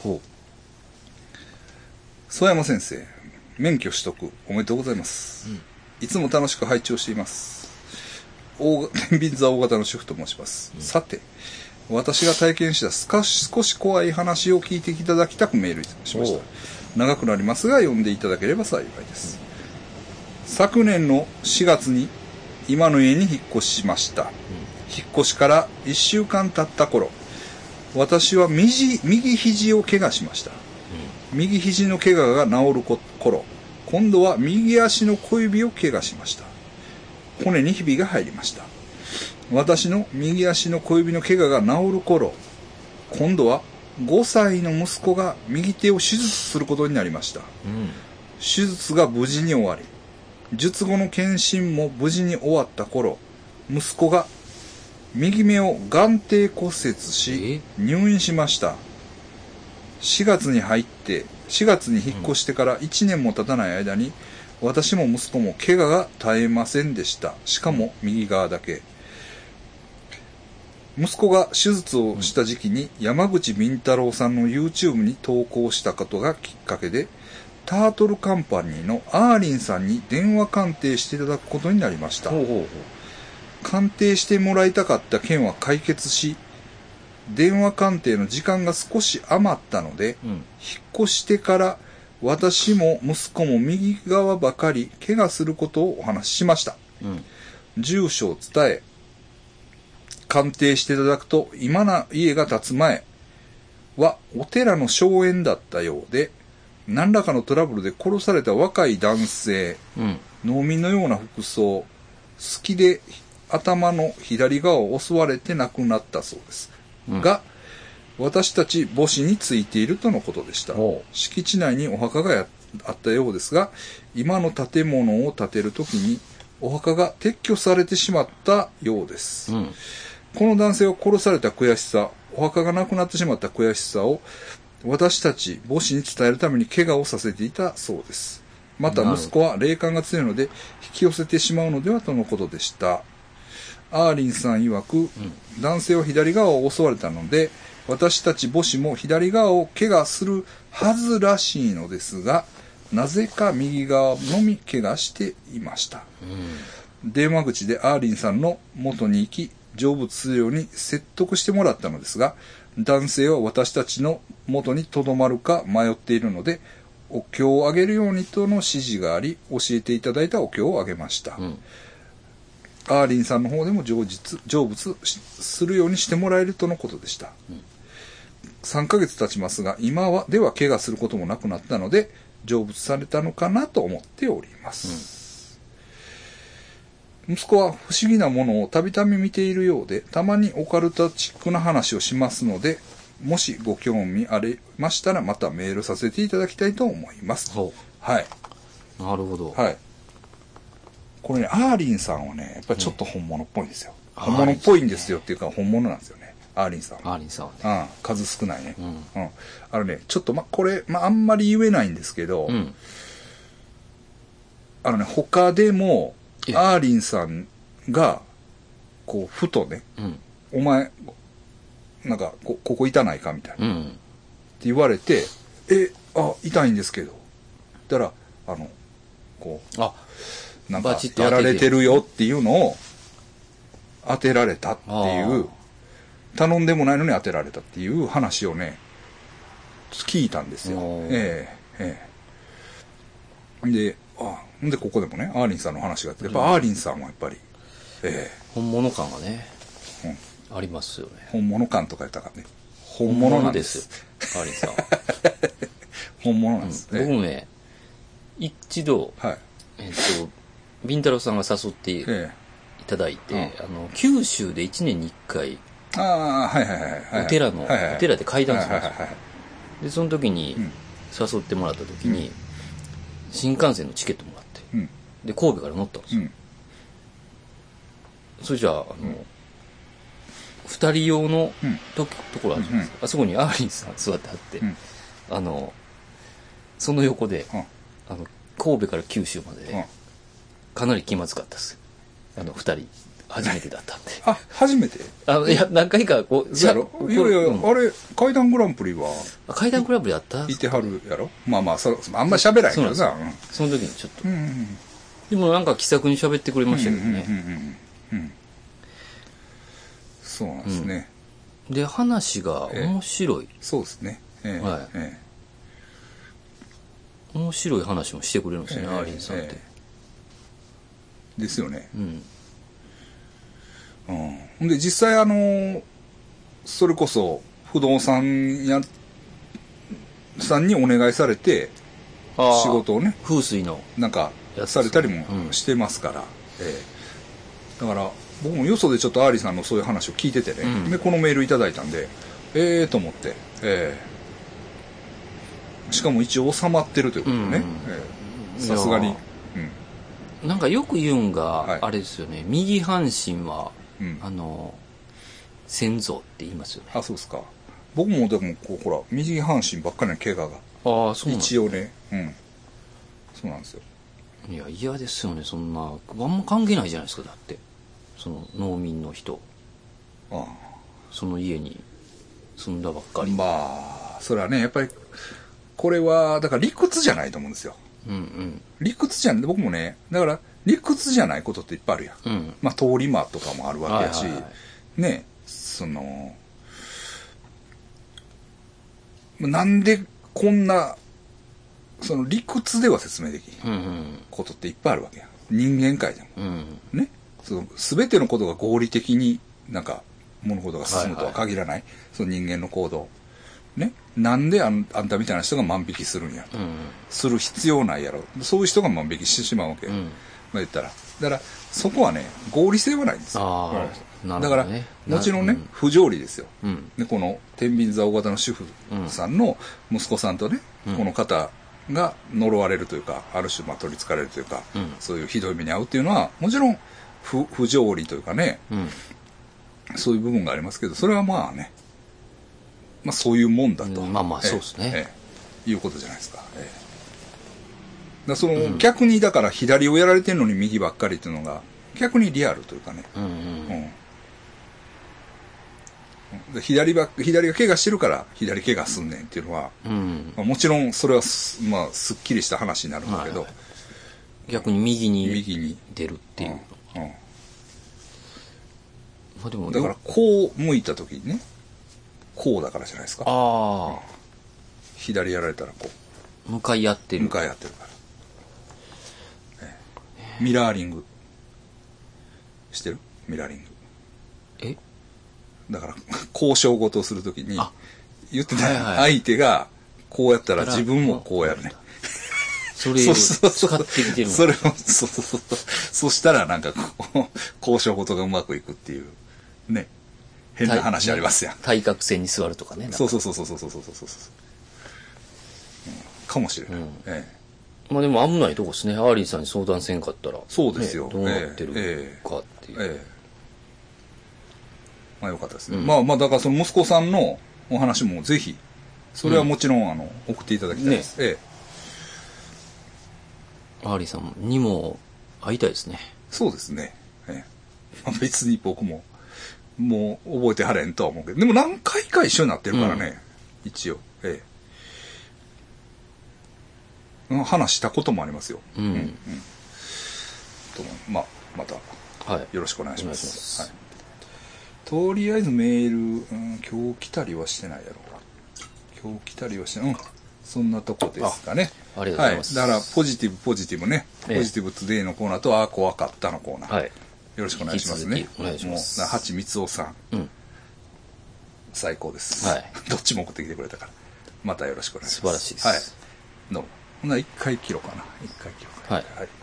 曽山先生、免許取得おめでとうございます。いつも楽しく拝聴しています。天秤座大型の主婦と申します。さて、私が体験した少し怖い話を聞いていただきたくメールしました。長くなりますが読んでいただければ幸いです。昨年の4月に今の家に引っ越しました。引っ越しから1週間経った頃、私は右肘を怪我しました。右肘の怪我が治る頃、今度は右足の小指を怪我しました。骨にひびが入りました。私の右足の小指の怪我が治る頃、今度は5歳の息子が右手を手術することになりました。手術が無事に終わり、術後の検診も無事に終わった頃、息子が右目を眼底骨折し入院しました。4月に引っ越してから1年も経たない間に、私も息子も怪我が絶えませんでした。しかも右側だけ。息子が手術をした時期に山口敏太郎さんの YouTube に投稿したことがきっかけで、タートルカンパニーのアーリンさんに電話鑑定していただくことになりました。鑑定してもらいたかった件は解決し、電話鑑定の時間が少し余ったので、引っ越してから私も息子も右側ばかり怪我することをお話ししました。住所を伝え、鑑定していただくと、今の家が建つ前はお寺の荘園だったようで、何らかのトラブルで殺された若い男性、農民のような服装、好きで頭の左側を襲われて亡くなったそうです。が、私たち母子についているとのことでした。敷地内にお墓があったようですが、今の建物を建てるときにお墓が撤去されてしまったようです。この男性を殺された悔しさ、お墓がなくなってしまった悔しさを私たち母子に伝えるために怪我をさせていたそうです。また息子は霊感が強いので引き寄せてしまうのではとのことでした。アーリンさん曰く、男性は左側を襲われたので、私たち母子も左側を怪我するはずらしいのですが、なぜか右側のみ怪我していました。電話口でアーリンさんの元に行き、成仏するように説得してもらったのですが、男性は私たちの元にとどまるか迷っているので、お経をあげるようにとの指示があり、教えていただいたお経をあげました。アーリンさんの方でも成仏するようにしてもらえるとのことでした。3ヶ月経ちますが、今では怪我することもなくなったので、成仏されたのかなと思っております。息子は不思議なものをたびたび見ているようで、たまにオカルトチックな話をしますので、もしご興味ありましたら、またメールさせていただきたいと思います。はい。 なるほど。 はい。これね、アーリンさんはね、やっぱりちょっと本物っぽいんですよ。本物っぽいんですよっていうか、本物なんですよね。アーリンさんは。 アーリンさんはね。数少ないね。ちょっとこれ、あんまり言えないんですけど、他でも、アーリンさんが、こう、ふとね、お前、なんかここ痛ないかみたいな。って言われて、痛いんですけど。だから、こう、なんか、やられてるよっていうのを、当てられたっていう、頼んでもないのに当てられたっていう話をね、聞いたんですよ。で、ここでもね、アーリンさんの話があって、やっぱアーリンさんはやっぱり、 本物感がね、ありますよね。 本物感とか言ったからね。本物なんです。 アーリンさんは。 本物なんですね。 僕もね、一度、ビンタロウさんが誘っていただいて、九州で1年に1回、お寺で会談するんですよ。で、その時に、誘ってもらった時に、新幹線のチケットもらって、で、神戸から乗ったんですよ。それじゃあ、二人用のところあるじゃないですか。あそこにアーリンさん座ってはって、その横で、神戸から九州まで、かなり気まずかったです。二人、初めてだったんで。 初めていや、何回かこう、 いや、あれ、怪談グランプリは、 怪談グランプリあったいてはるやろあんま喋らへんからさ。 その時にちょっと。でもなんか気さくに喋ってくれましたけどね。 そうなんですね。 で、話が面白い。 そうですね。 面白い話もしてくれるんですね、アーリンさんって。 ですよね。で、実際それこそ、不動産屋さんにお願いされて、仕事をね、 風水の。 なんか、されたりもしてますから。だから、僕もよそでちょっとアーリーさんのそういう話を聞いててね、で、このメールいただいたんで、と思って、しかも一応収まってるということね。さすがに。 なんかよく言うんが、あれですよね、右半身は、先祖って言いますよね。 そうですか。僕もでも、ほら、右半身ばっかりの怪我が。 そうなん一応ね。そうなんですよ。 いや、嫌ですよね、そんな。あんま関係ないじゃないですか、だって。その、農民の人。その家に住んだばっかり。 それはね、やっぱり、これは、だから理屈じゃないと思うんですよ。理屈じゃん、僕もね、だから理屈じゃないことっていっぱいあるやん。通り魔とかもあるわけやし、ね、なんでこんな、理屈では説明できんことっていっぱいあるわけやん。人間界でも。ね。すべてのことが合理的になんか物事が進むとは限らない。その人間の行動。ね。なんであんたみたいな人が万引きするんやと。する必要ないやろ。そういう人が万引きしてしまうわけ。言ったら。だから、そこはね、合理性はないんですよ。だから、もちろんね、不条理ですよ。で、この、天秤座大型の主婦さんの息子さんとね、この方が呪われるというか、ある種、取り憑かれるというか、そういうひどい目に遭うっていうのは、もちろん、不条理というかね、そういう部分がありますけど、それはまあね、そういうもんだと。 そうですね。 いうことじゃないですか。逆にだから左をやられてるのに右ばっかりっていうのが、逆にリアルというかね。左が怪我してるから左怪我すんねんっていうのは、もちろんそれはすっきりした話になるんだけど、 逆に右に出るっていう。 だからこう向いた時にね、こうだからじゃないですか。 左やられたらこう。 向かい合ってる。 向かい合ってるから。ミラーリング。してる？ミラーリング。 え？ だから、交渉事をするときに、言ってた、 はいはい、 相手がこうやったら自分もこうやるね。 それを使ってきてるの。 それを、そしたらなんかこう、交渉事がうまくいくっていう、ね。変な話ありますやん。 対角線に座るとかね。 そう。かもしれない。 まあでも危ないとこですね。アーリーさんに相談せんかったら。 そうですよ。 どうなってるかっていう。 まあよかったですね。まあだからその息子さんのお話もぜひ、それはもちろん送っていただきたいです。 アーリーさんにも会いたいですね。 そうですね。まあ、別に僕も、もう覚えてはれんとは思うけど、でも何回か一緒になってるからね、一応。話したこともありますよ。まあ、また、よろしくお願いします。とりあえずメール、今日来たりはしてないやろ。今日来たりはしてない。そんなとこですかね。 ありがとうございます。 だから、ポジティブね。ポジティブトゥデイのコーナーと、怖かったのコーナー。よろしくお願いしますね。 お願いします。 もう、ハチミツオさん。最高です。どっちも送ってきてくれたから。またよろしくお願いします。 素晴らしいです。 どうも。ほんなら一回切ろうかな。一回切ろうかな。はい。